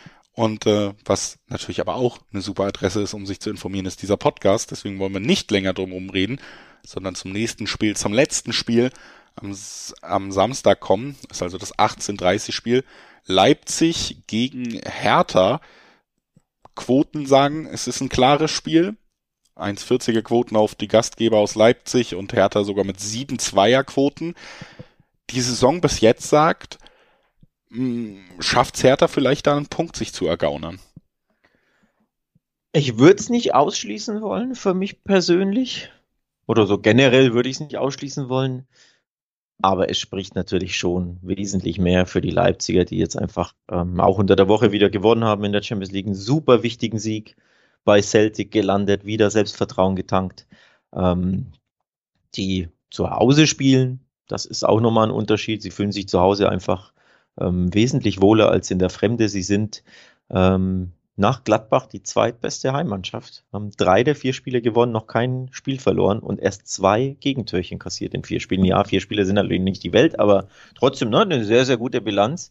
Und äh, was natürlich aber auch eine super Adresse ist, um sich zu informieren, ist dieser Podcast. Deswegen wollen wir nicht länger drum rumreden, sondern zum nächsten Spiel, zum letzten Spiel, Am, am Samstag kommen, ist also das achtzehn Uhr dreißig Spiel, Leipzig gegen Hertha. Quoten sagen, es ist ein klares Spiel. eins Komma vierziger Quoten auf die Gastgeber aus Leipzig und Hertha sogar mit sieben Komma zweier Quoten. Die Saison bis jetzt sagt, schafft es Hertha vielleicht da einen Punkt sich zu ergaunern? Ich würde es nicht ausschließen wollen, für mich persönlich. Oder so generell würde ich es nicht ausschließen wollen. Aber es spricht natürlich schon wesentlich mehr für die Leipziger, die jetzt einfach ähm, auch unter der Woche wieder gewonnen haben in der Champions League. Einen super wichtigen Sieg bei Celtic gelandet, wieder Selbstvertrauen getankt. Ähm, die zu Hause spielen, das ist auch nochmal ein Unterschied. Sie fühlen sich zu Hause einfach ähm, wesentlich wohler als in der Fremde. Sie sind ähm, nach Gladbach die zweitbeste Heimmannschaft. Haben drei der vier Spiele gewonnen, noch kein Spiel verloren und erst zwei Gegentörchen kassiert in vier Spielen. Ja, vier Spiele sind natürlich nicht die Welt, aber trotzdem ne, eine sehr, sehr gute Bilanz.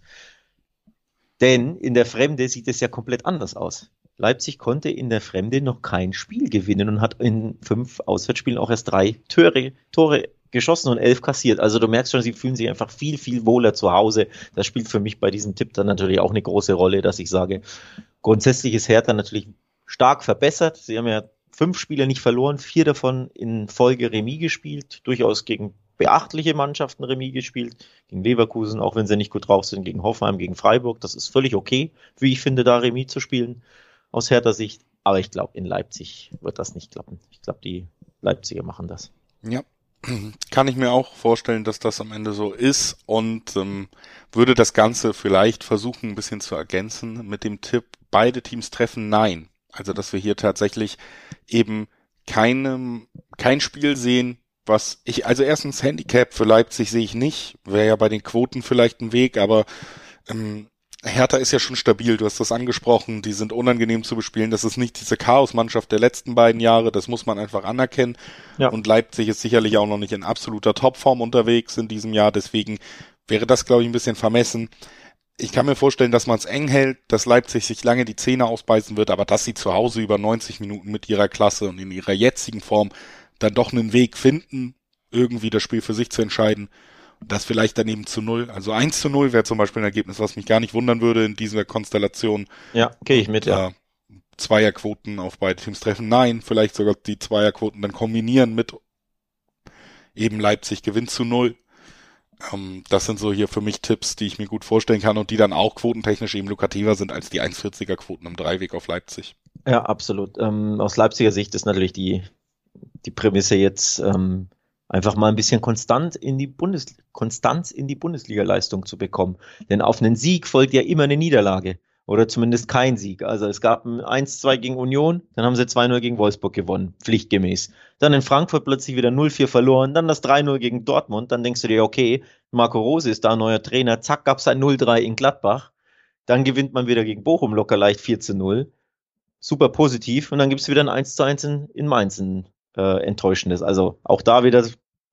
Denn in der Fremde sieht es ja komplett anders aus. Leipzig konnte in der Fremde noch kein Spiel gewinnen und hat in fünf Auswärtsspielen auch erst drei Tore, Tore geschossen und elf kassiert. Also du merkst schon, sie fühlen sich einfach viel, viel wohler zu Hause. Das spielt für mich bei diesem Tipp dann natürlich auch eine große Rolle, dass ich sage, grundsätzlich ist Hertha natürlich stark verbessert. Sie haben ja fünf Spiele nicht verloren, vier davon in Folge Remis gespielt, durchaus gegen beachtliche Mannschaften Remis gespielt, gegen Leverkusen, auch wenn sie nicht gut drauf sind, gegen Hoffenheim, gegen Freiburg. Das ist völlig okay, wie ich finde, da Remis zu spielen, aus Hertha Sicht. Aber ich glaube, in Leipzig wird das nicht klappen. Ich glaube, die Leipziger machen das. Ja, kann ich mir auch vorstellen, dass das am Ende so ist und ähm, würde das Ganze vielleicht versuchen, ein bisschen zu ergänzen mit dem Tipp, beide Teams treffen Nein. Also, dass wir hier tatsächlich eben keinem, kein Spiel sehen, was ich, also erstens Handicap für Leipzig sehe ich nicht, wäre ja bei den Quoten vielleicht ein Weg, aber ähm, Hertha ist ja schon stabil, du hast das angesprochen, die sind unangenehm zu bespielen, das ist nicht diese Chaosmannschaft der letzten beiden Jahre, das muss man einfach anerkennen. Ja. Und Leipzig ist sicherlich auch noch nicht in absoluter Topform unterwegs in diesem Jahr, deswegen wäre das, glaube ich, ein bisschen vermessen. Ich kann mir vorstellen, dass man es eng hält, dass Leipzig sich lange die Zähne ausbeißen wird, aber dass sie zu Hause über neunzig Minuten mit ihrer Klasse und in ihrer jetzigen Form dann doch einen Weg finden, irgendwie das Spiel für sich zu entscheiden. Das vielleicht dann eben zu null. Also eins zu null wäre zum Beispiel ein Ergebnis, was mich gar nicht wundern würde in dieser Konstellation. Ja, gehe ich mit, ja. Äh, Zweierquoten auf beide Teams treffen. Nein, vielleicht sogar die Zweierquoten dann kombinieren mit eben Leipzig gewinnt zu null. Ähm, das sind so hier für mich Tipps, die ich mir gut vorstellen kann und die dann auch quotentechnisch eben lukrativer sind als die eins Komma vierziger Quoten im Dreiweg auf Leipzig. Ja, absolut. Ähm, aus Leipziger Sicht ist natürlich die, die Prämisse jetzt, ähm, einfach mal ein bisschen konstant in die Bundes Konstanz in die Bundesliga-Leistung zu bekommen. Denn auf einen Sieg folgt ja immer eine Niederlage. Oder zumindest kein Sieg. Also es gab ein eins zwei gegen Union, dann haben sie zwei null gegen Wolfsburg gewonnen, pflichtgemäß. Dann in Frankfurt plötzlich wieder null vier verloren, dann das drei null gegen Dortmund. Dann denkst du dir, okay, Marco Rose ist da, neuer Trainer. Zack, gab's ein null drei in Gladbach. Dann gewinnt man wieder gegen Bochum locker leicht vier zu null. Super positiv. Und dann gibt's wieder ein eins zu eins in, in Mainz, ein äh, enttäuschendes. Also auch da wieder,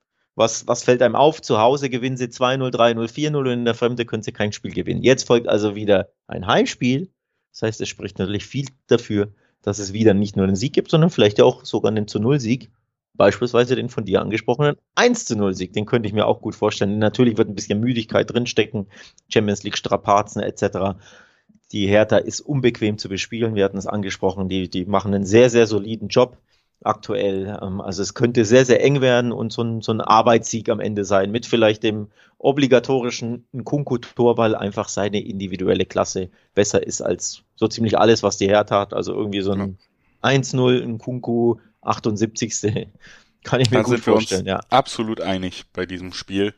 was, was fällt einem auf? Zu Hause gewinnen sie zwei null, drei null, vier null und in der Fremde können sie kein Spiel gewinnen. Jetzt folgt also wieder ein Heimspiel. Das heißt, es spricht natürlich viel dafür, dass es wieder nicht nur einen Sieg gibt, sondern vielleicht auch sogar einen zu null Sieg. Beispielsweise den von dir angesprochenen eins zu null Sieg. Den könnte ich mir auch gut vorstellen. Natürlich wird ein bisschen Müdigkeit drinstecken, Champions League Strapazen et cetera. Die Hertha ist unbequem zu bespielen. Wir hatten es angesprochen. Die, die machen einen sehr, sehr soliden Job aktuell. Also es könnte sehr, sehr eng werden und so ein, so ein Arbeitssieg am Ende sein, mit vielleicht dem obligatorischen Nkunku-Tor, weil einfach seine individuelle Klasse besser ist als so ziemlich alles, was die Hertha hat. Also irgendwie so ein ja. eins null Nkunku, achtundsiebzigste Kann ich mir da gut sind wir vorstellen. Uns ja. absolut einig bei diesem Spiel.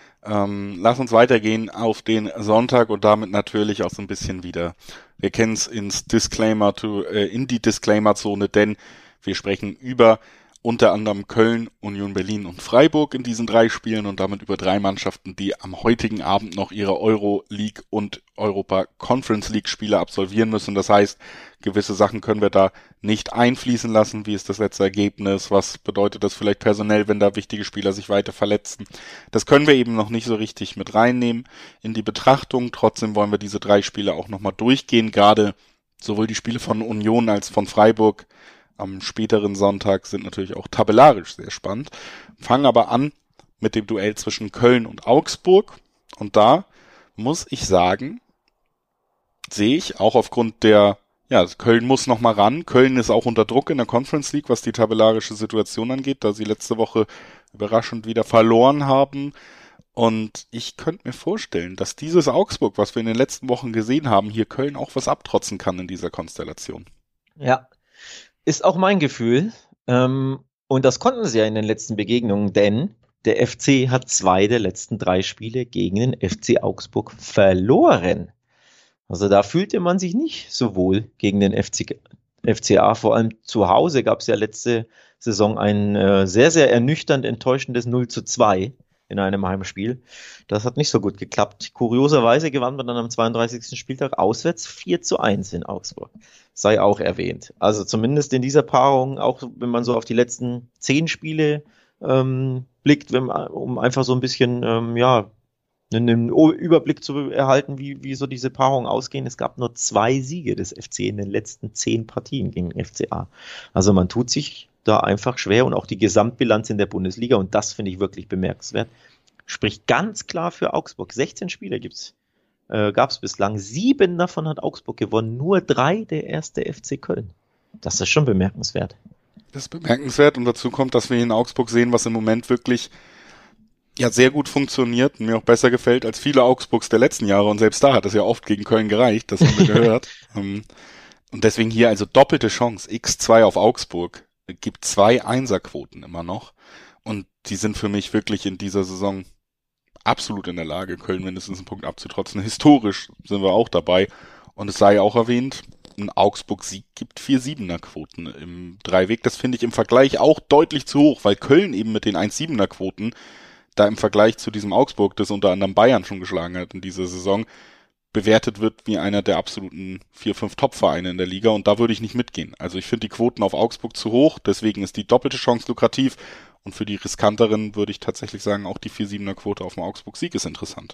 Ähm, lass uns weitergehen auf den Sonntag und damit natürlich auch so ein bisschen wieder. Wir kennen es ins Disclaimer to, äh, in die Disclaimer-Zone, denn wir sprechen über unter anderem Köln, Union Berlin und Freiburg in diesen drei Spielen und damit über drei Mannschaften, die am heutigen Abend noch ihre Euro-League und Europa-Conference-League-Spiele absolvieren müssen. Das heißt, gewisse Sachen können wir da nicht einfließen lassen. Wie ist das letzte Ergebnis? Was bedeutet das vielleicht personell, wenn da wichtige Spieler sich weiter verletzen? Das können wir eben noch nicht so richtig mit reinnehmen in die Betrachtung. Trotzdem wollen wir diese drei Spiele auch nochmal durchgehen. Gerade sowohl die Spiele von Union als von Freiburg am späteren Sonntag sind natürlich auch tabellarisch sehr spannend. Fangen aber an mit dem Duell zwischen Köln und Augsburg. Und da muss ich sagen, sehe ich auch aufgrund der, ja, Köln muss noch mal ran. Köln ist auch unter Druck in der Conference League, was die tabellarische Situation angeht, da sie letzte Woche überraschend wieder verloren haben. Und ich könnte mir vorstellen, dass dieses Augsburg, was wir in den letzten Wochen gesehen haben, hier Köln auch was abtrotzen kann in dieser Konstellation. Ja. Ist auch mein Gefühl. Ähm, und das konnten sie ja in den letzten Begegnungen, denn der F C hat zwei der letzten drei Spiele gegen den F C Augsburg verloren. Also da fühlte man sich nicht so wohl gegen den F C, F C A. Vor allem zu Hause gab es ja letzte Saison ein äh, sehr, sehr ernüchternd enttäuschendes null zu zwei in einem Heimspiel. Das hat nicht so gut geklappt. Kurioserweise gewann man dann am zweiunddreißigsten Spieltag auswärts vier zu eins in Augsburg. Sei auch erwähnt. Also zumindest in dieser Paarung, auch wenn man so auf die letzten zehn Spiele ähm, blickt, wenn man, um einfach so ein bisschen, ähm, ja, einen Überblick zu erhalten, wie, wie so diese Paarungen ausgehen. Es gab nur zwei Siege des F C in den letzten zehn Partien gegen den F C A. Also man tut sich da einfach schwer und auch die Gesamtbilanz in der Bundesliga, und das finde ich wirklich bemerkenswert, spricht ganz klar für Augsburg. sechzehn Spiele gibt's, äh, gab es bislang. Sieben davon hat Augsburg gewonnen, nur drei der erste F C Köln. Das ist schon bemerkenswert. Das ist bemerkenswert, und dazu kommt, dass wir in Augsburg sehen, was im Moment wirklich ja sehr gut funktioniert und mir auch besser gefällt als viele Augsburgs der letzten Jahre, und selbst da hat es ja oft gegen Köln gereicht, das haben wir gehört. um, und deswegen hier also doppelte Chance, X zwei auf Augsburg, gibt zwei Einserquoten immer noch, und die sind für mich wirklich in dieser Saison absolut in der Lage, Köln mindestens einen Punkt abzutrotzen. Historisch sind wir auch dabei, und es sei auch erwähnt, ein Augsburg-Sieg gibt vier Siebener-Quoten im Dreiweg. Das finde ich im Vergleich auch deutlich zu hoch, weil Köln eben mit den eins Siebener-Quoten da im Vergleich zu diesem Augsburg, das unter anderem Bayern schon geschlagen hat in dieser Saison, bewertet wird wie einer der absoluten vier, fünf Top-Vereine in der Liga, und da würde ich nicht mitgehen. Also ich finde die Quoten auf Augsburg zu hoch, deswegen ist die doppelte Chance lukrativ, und für die riskanteren würde ich tatsächlich sagen, auch die vier Siebener Quote auf dem Augsburg-Sieg ist interessant.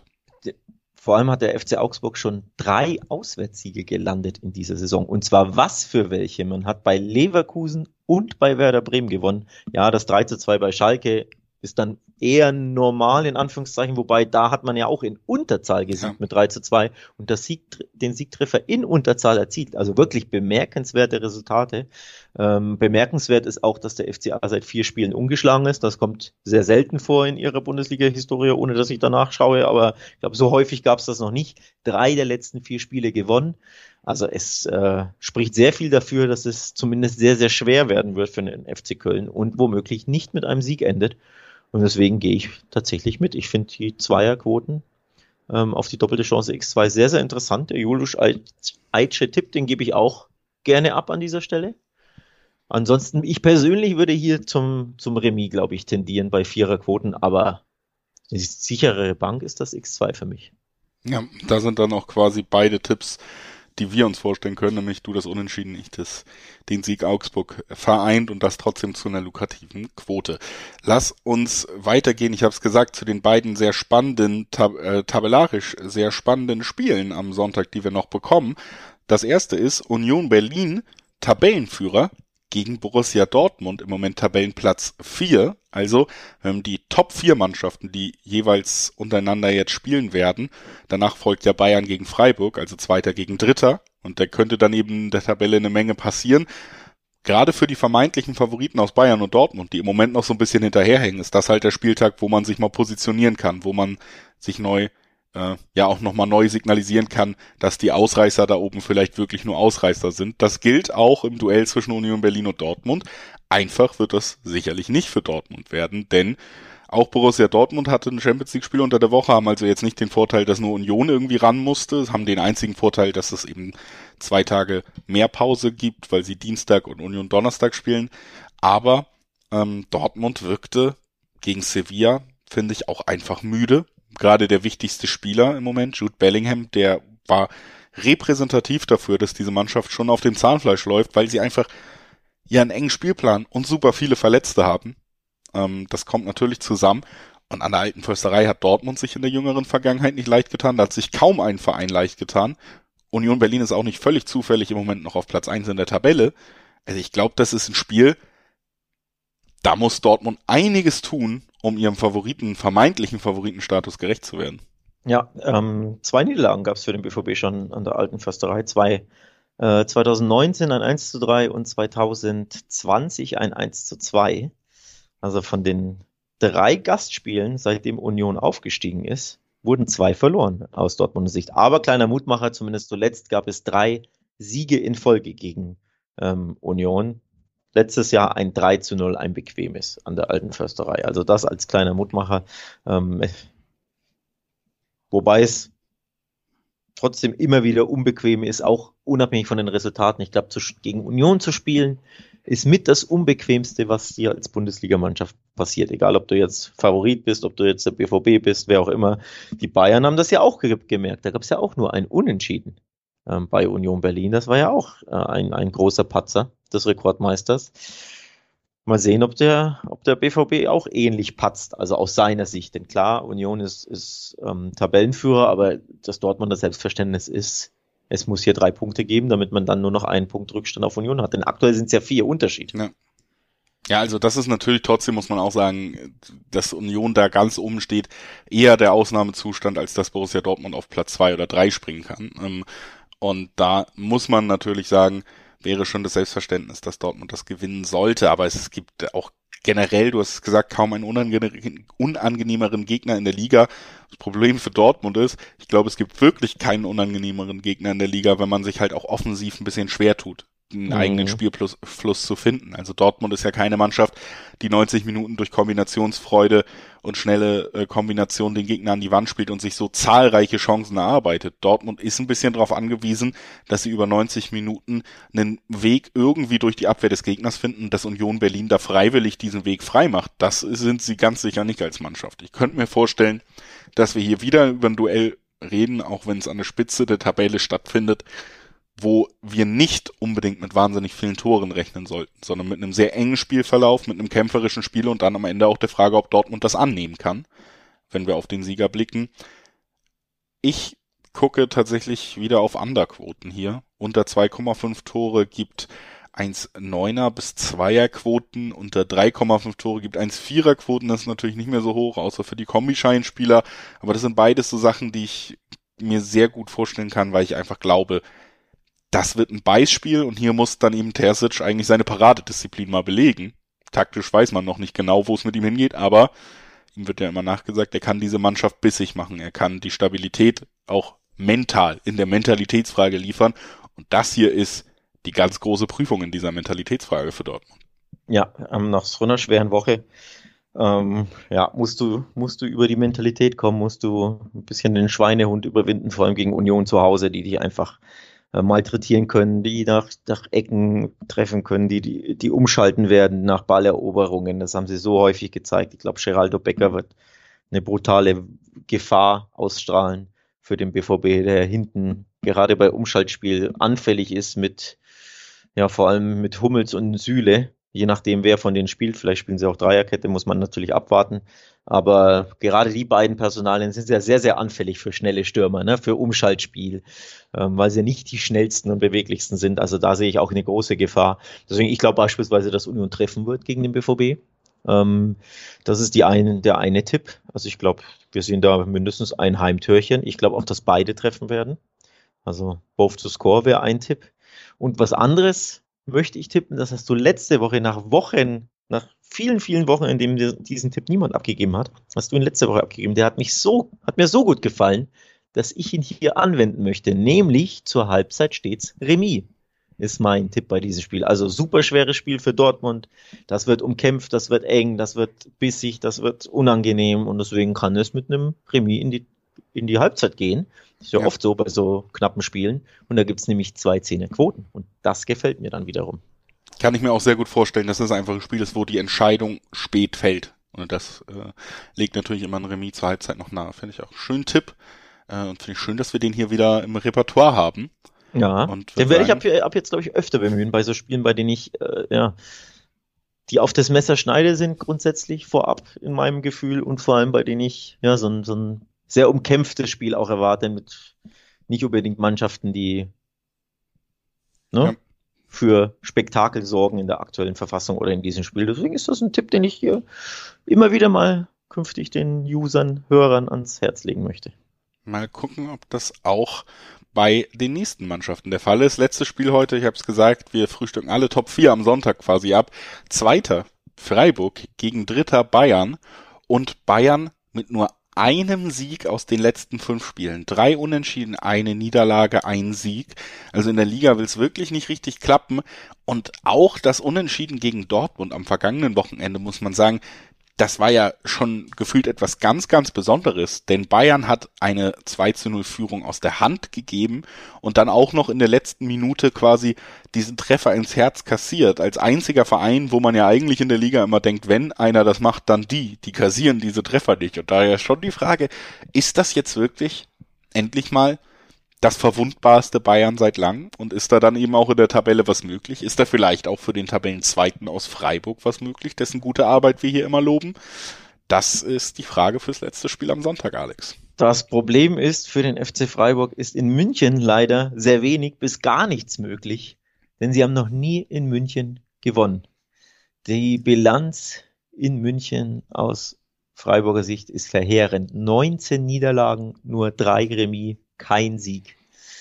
Vor allem hat der F C Augsburg schon drei Auswärtssiege gelandet in dieser Saison, und zwar was für welche. Man hat bei Leverkusen und bei Werder Bremen gewonnen. Ja, das drei zu zwei bei Schalke ist dann eher normal, in Anführungszeichen, wobei da hat man ja auch in Unterzahl gesiegt, ja, mit drei zu zwei und das Sieg, den Siegtreffer in Unterzahl erzielt. Also wirklich bemerkenswerte Resultate. Ähm, bemerkenswert ist auch, dass der F C A seit vier Spielen ungeschlagen ist. Das kommt sehr selten vor in ihrer Bundesliga-Historie, ohne dass ich danach schaue, aber ich glaube, so häufig gab es das noch nicht. Drei der letzten vier Spiele gewonnen. Also es äh, spricht sehr viel dafür, dass es zumindest sehr, sehr schwer werden wird für den F C Köln und womöglich nicht mit einem Sieg endet. Und deswegen gehe ich tatsächlich mit. Ich finde die Zweierquoten ähm, auf die doppelte Chance X zwei sehr, sehr interessant. Der Julius Eiche-Tipp, den gebe ich auch gerne ab an dieser Stelle. Ansonsten, ich persönlich würde hier zum, zum Remis, glaube ich, tendieren bei Viererquoten, aber die sichere Bank ist das X zwei für mich. Ja, da sind dann auch quasi beide Tipps, die wir uns vorstellen können, nämlich du das Unentschieden, ich das, den Sieg Augsburg vereint, und das trotzdem zu einer lukrativen Quote. Lass uns weitergehen, ich habe es gesagt, zu den beiden sehr spannenden, tab- äh, tabellarisch sehr spannenden Spielen am Sonntag, die wir noch bekommen. Das erste ist Union Berlin, Tabellenführer, gegen Borussia Dortmund, im Moment Tabellenplatz vier, also ähm, die Top vier Mannschaften, die jeweils untereinander jetzt spielen werden. Danach folgt ja Bayern gegen Freiburg, also Zweiter gegen Dritter, und da könnte dann eben in der Tabelle eine Menge passieren. Gerade für die vermeintlichen Favoriten aus Bayern und Dortmund, die im Moment noch so ein bisschen hinterherhängen, ist das halt der Spieltag, wo man sich mal positionieren kann, wo man sich neu äh, ja auch nochmal neu signalisieren kann, dass die Ausreißer da oben vielleicht wirklich nur Ausreißer sind. Das gilt auch im Duell zwischen Union Berlin und Dortmund. Einfach wird das sicherlich nicht für Dortmund werden, denn auch Borussia Dortmund hatte ein Champions-League-Spiel unter der Woche, haben also jetzt nicht den Vorteil, dass nur Union irgendwie ran musste, haben den einzigen Vorteil, dass es eben zwei Tage mehr Pause gibt, weil sie Dienstag und Union Donnerstag spielen. Aber ähm, Dortmund wirkte gegen Sevilla, finde ich, auch einfach müde. Gerade der wichtigste Spieler im Moment, Jude Bellingham, der war repräsentativ dafür, dass diese Mannschaft schon auf dem Zahnfleisch läuft, weil sie einfach ja einen engen Spielplan und super viele Verletzte haben. Ähm, das kommt natürlich zusammen. Und an der alten Försterei hat Dortmund sich in der jüngeren Vergangenheit nicht leicht getan. Da hat sich kaum ein Verein leicht getan. Union Berlin ist auch nicht völlig zufällig im Moment noch auf Platz eins in der Tabelle. Also ich glaube, das ist ein Spiel, da muss Dortmund einiges tun, um ihrem Favoriten, vermeintlichen Favoritenstatus gerecht zu werden. Ja, ähm, zwei Niederlagen gab es für den B V B schon an der alten Försterei. Zwei, äh, zwanzig neunzehn ein eins zu drei und zwanzig zwanzig ein eins zu zwei. Also von den drei Gastspielen, seitdem Union aufgestiegen ist, wurden zwei verloren aus Dortmunder Sicht. Aber kleiner Mutmacher, zumindest zuletzt gab es drei Siege in Folge gegen ähm, Union. Letztes Jahr ein drei zu null, ein bequemes an der alten Försterei. Also das als kleiner Mutmacher. Ähm, wobei es trotzdem immer wieder unbequem ist, auch unabhängig von den Resultaten. Ich glaube, gegen Union zu spielen, ist mit das Unbequemste, was dir als Bundesligamannschaft passiert. Egal, ob du jetzt Favorit bist, ob du jetzt der B V B bist, wer auch immer. Die Bayern haben das ja auch ge- gemerkt. Da gab es ja auch nur ein Unentschieden ähm, bei Union Berlin. Das war ja auch äh, ein, ein großer Patzer des Rekordmeisters. Mal sehen, ob der, ob der B V B auch ähnlich patzt, also aus seiner Sicht. Denn klar, Union ist, ist ähm, Tabellenführer, aber das Dortmunder Selbstverständnis ist, es muss hier drei Punkte geben, damit man dann nur noch einen Punkt Rückstand auf Union hat. Denn aktuell sind es ja vier Unterschied. Ja. Ja, also das ist natürlich trotzdem, muss man auch sagen, dass Union da ganz oben steht, eher der Ausnahmezustand, als dass Borussia Dortmund auf Platz zwei oder drei springen kann. Und da muss man natürlich sagen, wäre schon das Selbstverständnis, dass Dortmund das gewinnen sollte, aber es gibt auch generell, du hast gesagt, kaum einen unangenehm, unangenehmeren Gegner in der Liga. Das Problem für Dortmund ist, ich glaube, es gibt wirklich keinen unangenehmeren Gegner in der Liga, wenn man sich halt auch offensiv ein bisschen schwer tut, einen mhm. eigenen Spielfluss zu finden. Also Dortmund ist ja keine Mannschaft, die neunzig Minuten durch Kombinationsfreude und schnelle äh, Kombination den Gegner an die Wand spielt und sich so zahlreiche Chancen erarbeitet. Dortmund ist ein bisschen darauf angewiesen, dass sie über neunzig Minuten einen Weg irgendwie durch die Abwehr des Gegners finden, dass Union Berlin da freiwillig diesen Weg frei macht. Das sind sie ganz sicher nicht als Mannschaft. Ich könnte mir vorstellen, dass wir hier wieder über ein Duell reden, auch wenn es an der Spitze der Tabelle stattfindet, wo wir nicht unbedingt mit wahnsinnig vielen Toren rechnen sollten, sondern mit einem sehr engen Spielverlauf, mit einem kämpferischen Spiel und dann am Ende auch der Frage, ob Dortmund das annehmen kann, wenn wir auf den Sieger blicken. Ich gucke tatsächlich wieder auf Underquoten hier. Unter zwei Komma fünf Tore gibt eins Komma neuner bis zweier Quoten, unter drei Komma fünf Tore gibt eins Komma vierer Quoten, das ist natürlich nicht mehr so hoch, außer für die Kombischeinspieler, aber das sind beides so Sachen, die ich mir sehr gut vorstellen kann, weil ich einfach glaube, das wird ein Beißspiel und hier muss dann eben Terzic eigentlich seine Paradedisziplin mal belegen. Taktisch weiß man noch nicht genau, wo es mit ihm hingeht, aber ihm wird ja immer nachgesagt, er kann diese Mannschaft bissig machen, er kann die Stabilität auch mental in der Mentalitätsfrage liefern und das hier ist die ganz große Prüfung in dieser Mentalitätsfrage für Dortmund. Ja, ähm, nach so einer schweren Woche ähm, ja, musst du, musst du über die Mentalität kommen, musst du ein bisschen den Schweinehund überwinden, vor allem gegen Union zu Hause, die dich einfach malträtieren können, die nach, nach Ecken treffen können, die, die, die umschalten werden nach Balleroberungen. Das haben sie so häufig gezeigt. Ich glaube, Geraldo Becker wird eine brutale Gefahr ausstrahlen für den B V B, der hinten gerade bei Umschaltspiel anfällig ist mit, ja, vor allem mit Hummels und Süle. Je nachdem, wer von denen spielt, vielleicht spielen sie auch Dreierkette, muss man natürlich abwarten. Aber gerade die beiden Personalien sind ja sehr, sehr anfällig für schnelle Stürmer, ne, für Umschaltspiel, ähm, weil sie nicht die schnellsten und beweglichsten sind. Also da sehe ich auch eine große Gefahr. Deswegen, ich glaube beispielsweise, dass Union treffen wird gegen den B V B. Ähm, das ist die ein, der eine Tipp. Also ich glaube, wir sehen da mindestens ein Heimtürchen. Ich glaube auch, dass beide treffen werden. Also both to score wäre ein Tipp. Und was anderes möchte ich tippen, das hast du letzte Woche nach Wochen, nach vielen, vielen Wochen, in denen diesen Tipp niemand abgegeben hat, hast du ihn letzte Woche abgegeben. Der hat mich so, hat mir so gut gefallen, dass ich ihn hier anwenden möchte. Nämlich zur Halbzeit stets Remis ist mein Tipp bei diesem Spiel. Also super schweres Spiel für Dortmund. Das wird umkämpft, das wird eng, das wird bissig, das wird unangenehm und deswegen kann es mit einem Remis in die, in die Halbzeit gehen. Das ist ja, ja oft so bei so knappen Spielen. Und da gibt es nämlich zwei Zehner-Quoten. Und das gefällt mir dann wiederum. Kann ich mir auch sehr gut vorstellen, dass es einfach ein Spiel ist, wo die Entscheidung spät fällt. Und das äh, legt natürlich immer ein Remis zur Halbzeit noch nahe. Finde ich auch einen schönen Tipp. Äh, und finde ich schön, dass wir den hier wieder im Repertoire haben. Ja, und den werde ich ab, ab jetzt, glaube ich, öfter bemühen bei so Spielen, bei denen ich, äh, ja, die auf das Messer schneide sind grundsätzlich vorab in meinem Gefühl und vor allem bei denen ich, ja, so ein, so ein sehr umkämpftes Spiel auch erwarte mit nicht unbedingt Mannschaften, die ne, ja. für Spektakel sorgen in der aktuellen Verfassung oder in diesem Spiel. Deswegen ist das ein Tipp, den ich hier immer wieder mal künftig den Usern, Hörern ans Herz legen möchte. Mal gucken, ob das auch bei den nächsten Mannschaften der Fall ist. Letztes Spiel heute, ich habe es gesagt, wir frühstücken alle Top vier am Sonntag quasi ab. Zweiter Freiburg gegen Dritter Bayern und Bayern mit nur einem Sieg aus den letzten fünf Spielen. Drei Unentschieden, eine Niederlage, ein Sieg. Also in der Liga will es wirklich nicht richtig klappen. Und auch das Unentschieden gegen Dortmund am vergangenen Wochenende, muss man sagen, das war ja schon gefühlt etwas ganz, ganz Besonderes, denn Bayern hat eine zwei zu null Führung aus der Hand gegeben und dann auch noch in der letzten Minute quasi diesen Treffer ins Herz kassiert, als einziger Verein, wo man ja eigentlich in der Liga immer denkt, wenn einer das macht, dann die, die kassieren diese Treffer nicht. Und daher schon die Frage, ist das jetzt wirklich endlich mal das verwundbarste Bayern seit langem und ist da dann eben auch in der Tabelle was möglich? Ist da vielleicht auch für den Tabellenzweiten aus Freiburg was möglich, dessen gute Arbeit wir hier immer loben? Das ist die Frage fürs letzte Spiel am Sonntag, Alex. Das Problem ist, für den F C Freiburg ist in München leider sehr wenig bis gar nichts möglich, denn sie haben noch nie in München gewonnen. Die Bilanz in München aus Freiburger Sicht ist verheerend. neunzehn Niederlagen, nur drei Remis, kein Sieg.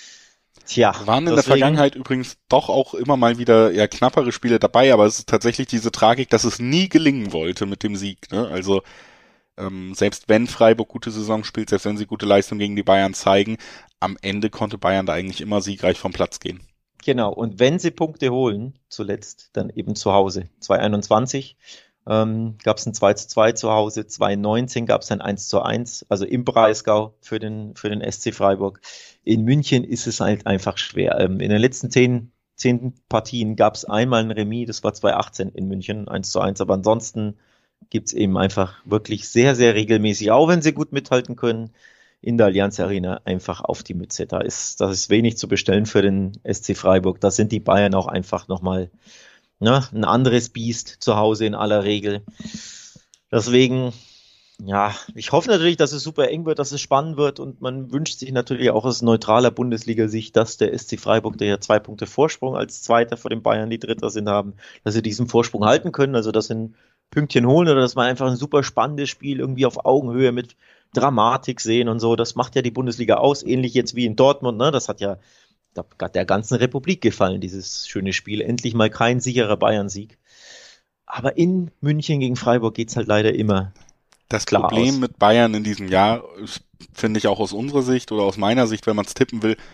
Tja, waren in deswegen, der Vergangenheit übrigens doch auch immer mal wieder ja knappere Spiele dabei, aber es ist tatsächlich diese Tragik, dass es nie gelingen wollte mit dem Sieg. Ne? Also ähm, selbst wenn Freiburg gute Saison spielt, selbst wenn sie gute Leistung gegen die Bayern zeigen, am Ende konnte Bayern da eigentlich immer siegreich vom Platz gehen. Genau, und wenn sie Punkte holen, zuletzt, dann eben zu Hause. zwanzig einundzwanzig ähm, gab es ein zwei zu zwei zu Hause, zwanzig neunzehn gab es ein eins zu eins, also im Breisgau für den, für den S C Freiburg. In München ist es halt einfach schwer. Ähm, in den letzten zehn, zehn Partien gab es einmal ein Remis, das war zwanzig achtzehn in München, eins zu eins, aber ansonsten gibt's eben einfach wirklich sehr, sehr regelmäßig, auch wenn sie gut mithalten können, in der Allianz Arena einfach auf die Mütze. Da ist, das ist wenig zu bestellen für den S C Freiburg. Da sind die Bayern auch einfach nochmal ne, ein anderes Biest zu Hause in aller Regel. Deswegen, ja, ich hoffe natürlich, dass es super eng wird, dass es spannend wird und man wünscht sich natürlich auch aus neutraler Bundesliga-Sicht, dass der S C Freiburg, der ja zwei Punkte Vorsprung als Zweiter vor den Bayern, die Dritter sind, haben, dass sie diesen Vorsprung halten können, also dass sie ein Pünktchen holen oder dass man einfach ein super spannendes Spiel irgendwie auf Augenhöhe mit Dramatik sehen und so. Das macht ja die Bundesliga aus, ähnlich jetzt wie in Dortmund, ne? Das hat ja der ganzen Republik gefallen, dieses schöne Spiel. Endlich mal kein sicherer Bayern-Sieg. Aber in München gegen Freiburg geht's halt leider immer Das klar Problem aus. mit Bayern in diesem Jahr, finde ich auch aus unserer Sicht oder aus meiner Sicht, wenn man es tippen will,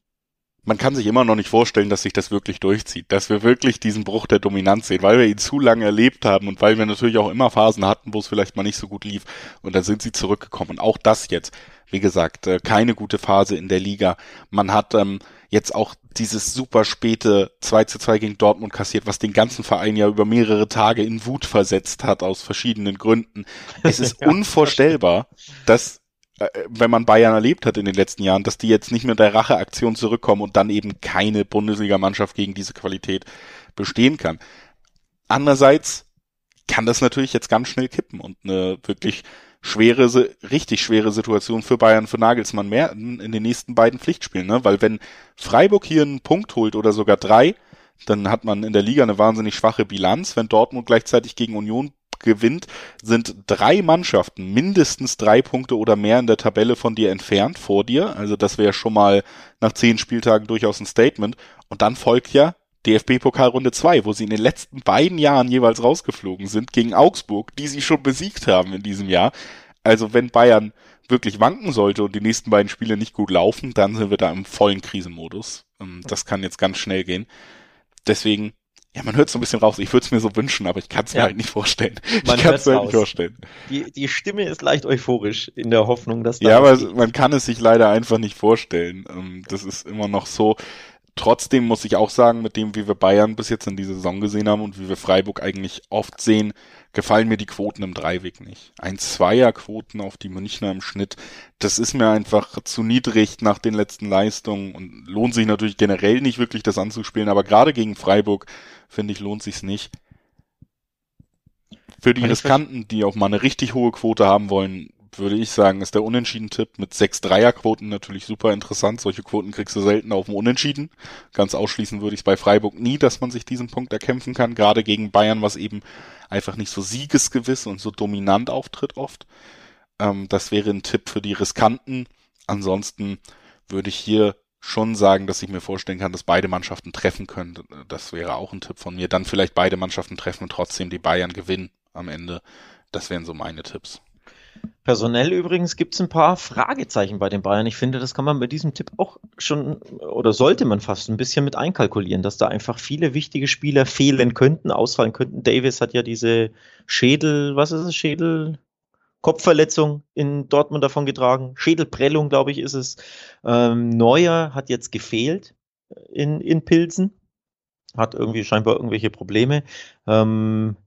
man kann sich immer noch nicht vorstellen, dass sich das wirklich durchzieht, dass wir wirklich diesen Bruch der Dominanz sehen, weil wir ihn zu lange erlebt haben und weil wir natürlich auch immer Phasen hatten, wo es vielleicht mal nicht so gut lief und dann sind sie zurückgekommen. Und auch das jetzt, wie gesagt, keine gute Phase in der Liga. Man hat ähm, jetzt auch dieses super späte zwei zu zwei gegen Dortmund kassiert, was den ganzen Verein ja über mehrere Tage in Wut versetzt hat, aus verschiedenen Gründen. Es ist ja, unvorstellbar, dass wenn man Bayern erlebt hat in den letzten Jahren, dass die jetzt nicht mit der Racheaktion zurückkommen und dann eben keine Bundesligamannschaft gegen diese Qualität bestehen kann. Andererseits kann das natürlich jetzt ganz schnell kippen und eine wirklich schwere, richtig schwere Situation für Bayern, für Nagelsmann mehr in den nächsten beiden Pflichtspielen, ne? Weil wenn Freiburg hier einen Punkt holt oder sogar drei, dann hat man in der Liga eine wahnsinnig schwache Bilanz. Wenn Dortmund gleichzeitig gegen Union gewinnt, sind drei Mannschaften mindestens drei Punkte oder mehr in der Tabelle von dir entfernt, vor dir. Also das wäre schon mal nach zehn Spieltagen durchaus ein Statement. Und dann folgt ja D F B-Pokalrunde zwei, wo sie in den letzten beiden Jahren jeweils rausgeflogen sind gegen Augsburg, die sie schon besiegt haben in diesem Jahr. Also wenn Bayern wirklich wanken sollte und die nächsten beiden Spiele nicht gut laufen, dann sind wir da im vollen Krisenmodus. Das kann jetzt ganz schnell gehen. Deswegen, ja, man hört so ein bisschen raus. Ich würde es mir so wünschen, aber ich kann es mir ja. halt nicht vorstellen. Man ich kann es mir halt raus. nicht vorstellen. Die, die Stimme ist leicht euphorisch in der Hoffnung, dass da Ja, aber geht. Man kann es sich leider einfach nicht vorstellen. Das ist immer noch so. Trotzdem muss ich auch sagen, mit dem, wie wir Bayern bis jetzt in dieser Saison gesehen haben und wie wir Freiburg eigentlich oft sehen, gefallen mir die Quoten im Dreiweg nicht. Ein Zweier-Quoten auf die Münchner im Schnitt, das ist mir einfach zu niedrig nach den letzten Leistungen und lohnt sich natürlich generell nicht wirklich, das anzuspielen, aber gerade gegen Freiburg, finde ich, lohnt sich's nicht. Für die Riskanten, die auch mal eine richtig hohe Quote haben wollen, würde ich sagen, ist der Unentschieden-Tipp mit sechs Dreier-Quoten natürlich super interessant. Solche Quoten kriegst du selten auf dem Unentschieden. Ganz ausschließen würde ich es bei Freiburg nie, dass man sich diesen Punkt erkämpfen kann, gerade gegen Bayern, was eben einfach nicht so siegesgewiss und so dominant auftritt oft. Ähm, das wäre ein Tipp für die Riskanten. Ansonsten würde ich hier schon sagen, dass ich mir vorstellen kann, dass beide Mannschaften treffen können. Das wäre auch ein Tipp von mir. Dann vielleicht beide Mannschaften treffen und trotzdem die Bayern gewinnen am Ende. Das wären so meine Tipps. Personell übrigens gibt es ein paar Fragezeichen bei den Bayern. Ich finde, das kann man bei diesem Tipp auch schon oder sollte man fast ein bisschen mit einkalkulieren, dass da einfach viele wichtige Spieler fehlen könnten, ausfallen könnten. Davis hat ja diese Schädel, was ist es, Schädel, Kopfverletzung in Dortmund davon getragen. Schädelprellung, glaube ich, ist es. Ähm, Neuer hat jetzt gefehlt in, in Pilsen, hat irgendwie scheinbar irgendwelche Probleme. Ähm,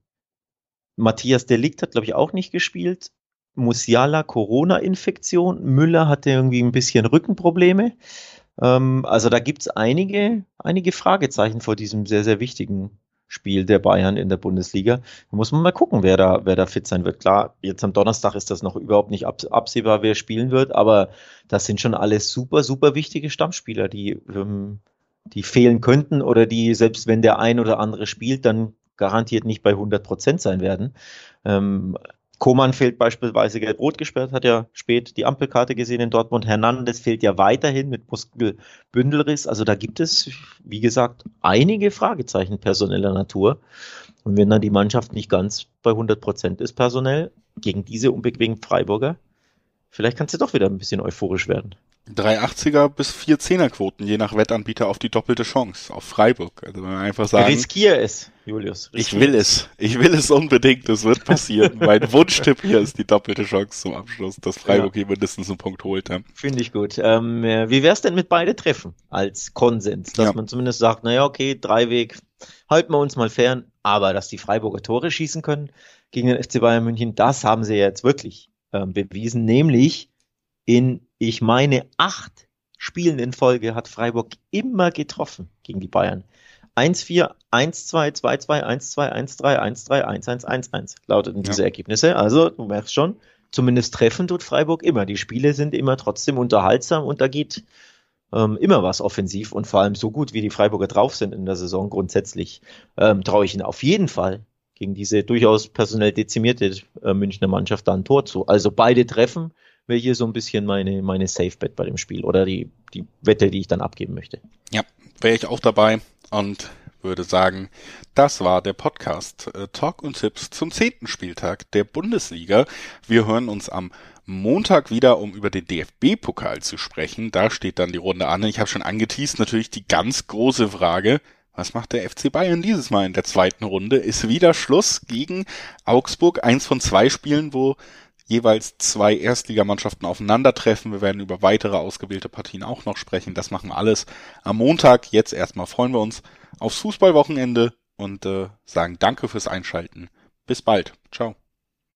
Matthias de Ligt hat, glaube ich, auch nicht gespielt. Musiala Corona-Infektion. Müller hatte irgendwie ein bisschen Rückenprobleme. Ähm, also da gibt es einige, einige Fragezeichen vor diesem sehr, sehr wichtigen Spiel der Bayern in der Bundesliga. Da muss man mal gucken, wer da, wer da fit sein wird. Klar, jetzt am Donnerstag ist das noch überhaupt nicht abs- absehbar, wer spielen wird, aber das sind schon alles super, super wichtige Stammspieler, die, ähm, die fehlen könnten oder die, selbst wenn der ein oder andere spielt, dann garantiert nicht bei hundert Prozent sein werden. Ähm, Koman fehlt beispielsweise gelb-rot gesperrt, hat ja spät die Ampelkarte gesehen in Dortmund. Hernandez fehlt ja weiterhin mit Muskelbündelriss. Also da gibt es, wie gesagt, einige Fragezeichen personeller Natur. Und wenn dann die Mannschaft nicht ganz bei hundert Prozent ist personell, gegen diese unbequemen Freiburger, vielleicht kannst du doch wieder ein bisschen euphorisch werden. drei achtziger bis vier zehner Quoten, je nach Wettanbieter, auf die doppelte Chance, auf Freiburg. Also wenn wir einfach sagen, riskier es, Julius. ich riskier will es. Ich will es unbedingt. Es wird passieren. Mein Wunschtipp hier ist die doppelte Chance zum Abschluss, dass Freiburg hier mindestens einen Punkt holt. Ja. Finde ich gut. Ähm, äh, wie wär's denn mit beide Treffen als Konsens? Dass Ja. man zumindest sagt, naja, okay, Dreiweg, halten wir uns mal fern, aber dass die Freiburger Tore schießen können gegen den F C Bayern München, das haben sie ja jetzt wirklich ähm, bewiesen, nämlich in, ich meine, acht Spielen in Folge hat Freiburg immer getroffen gegen die Bayern. eins vier, eins zwei, zwei zwei, eins zwei, eins drei, eins drei, eins eins, eins eins lauteten diese Ja. Ergebnisse. Also, du merkst schon, zumindest treffen tut Freiburg immer. Die Spiele sind immer trotzdem unterhaltsam und da geht ähm, immer was offensiv und vor allem so gut, wie die Freiburger drauf sind in der Saison grundsätzlich, ähm, traue ich ihnen auf jeden Fall gegen diese durchaus personell dezimierte äh, Münchner Mannschaft da ein Tor zu. Also beide treffen wäre hier so ein bisschen meine, meine Safe-Bet bei dem Spiel oder die, die Wette, die ich dann abgeben möchte. Ja, wäre ich auch dabei und würde sagen, das war der Podcast äh, Talk und Tipps zum zehnten Spieltag der Bundesliga. Wir hören uns am Montag wieder, um über den D F B-Pokal zu sprechen. Da steht dann die Runde an. Ich habe schon angeteast, natürlich die ganz große Frage, was macht der F C Bayern dieses Mal in der zweiten Runde? Ist wieder Schluss gegen Augsburg, eins von zwei Spielen, wo jeweils zwei Erstligamannschaften aufeinandertreffen. Wir werden über weitere ausgewählte Partien auch noch sprechen. Das machen wir alles am Montag. Jetzt erstmal freuen wir uns aufs Fußballwochenende und äh, sagen Danke fürs Einschalten. Bis bald. Ciao.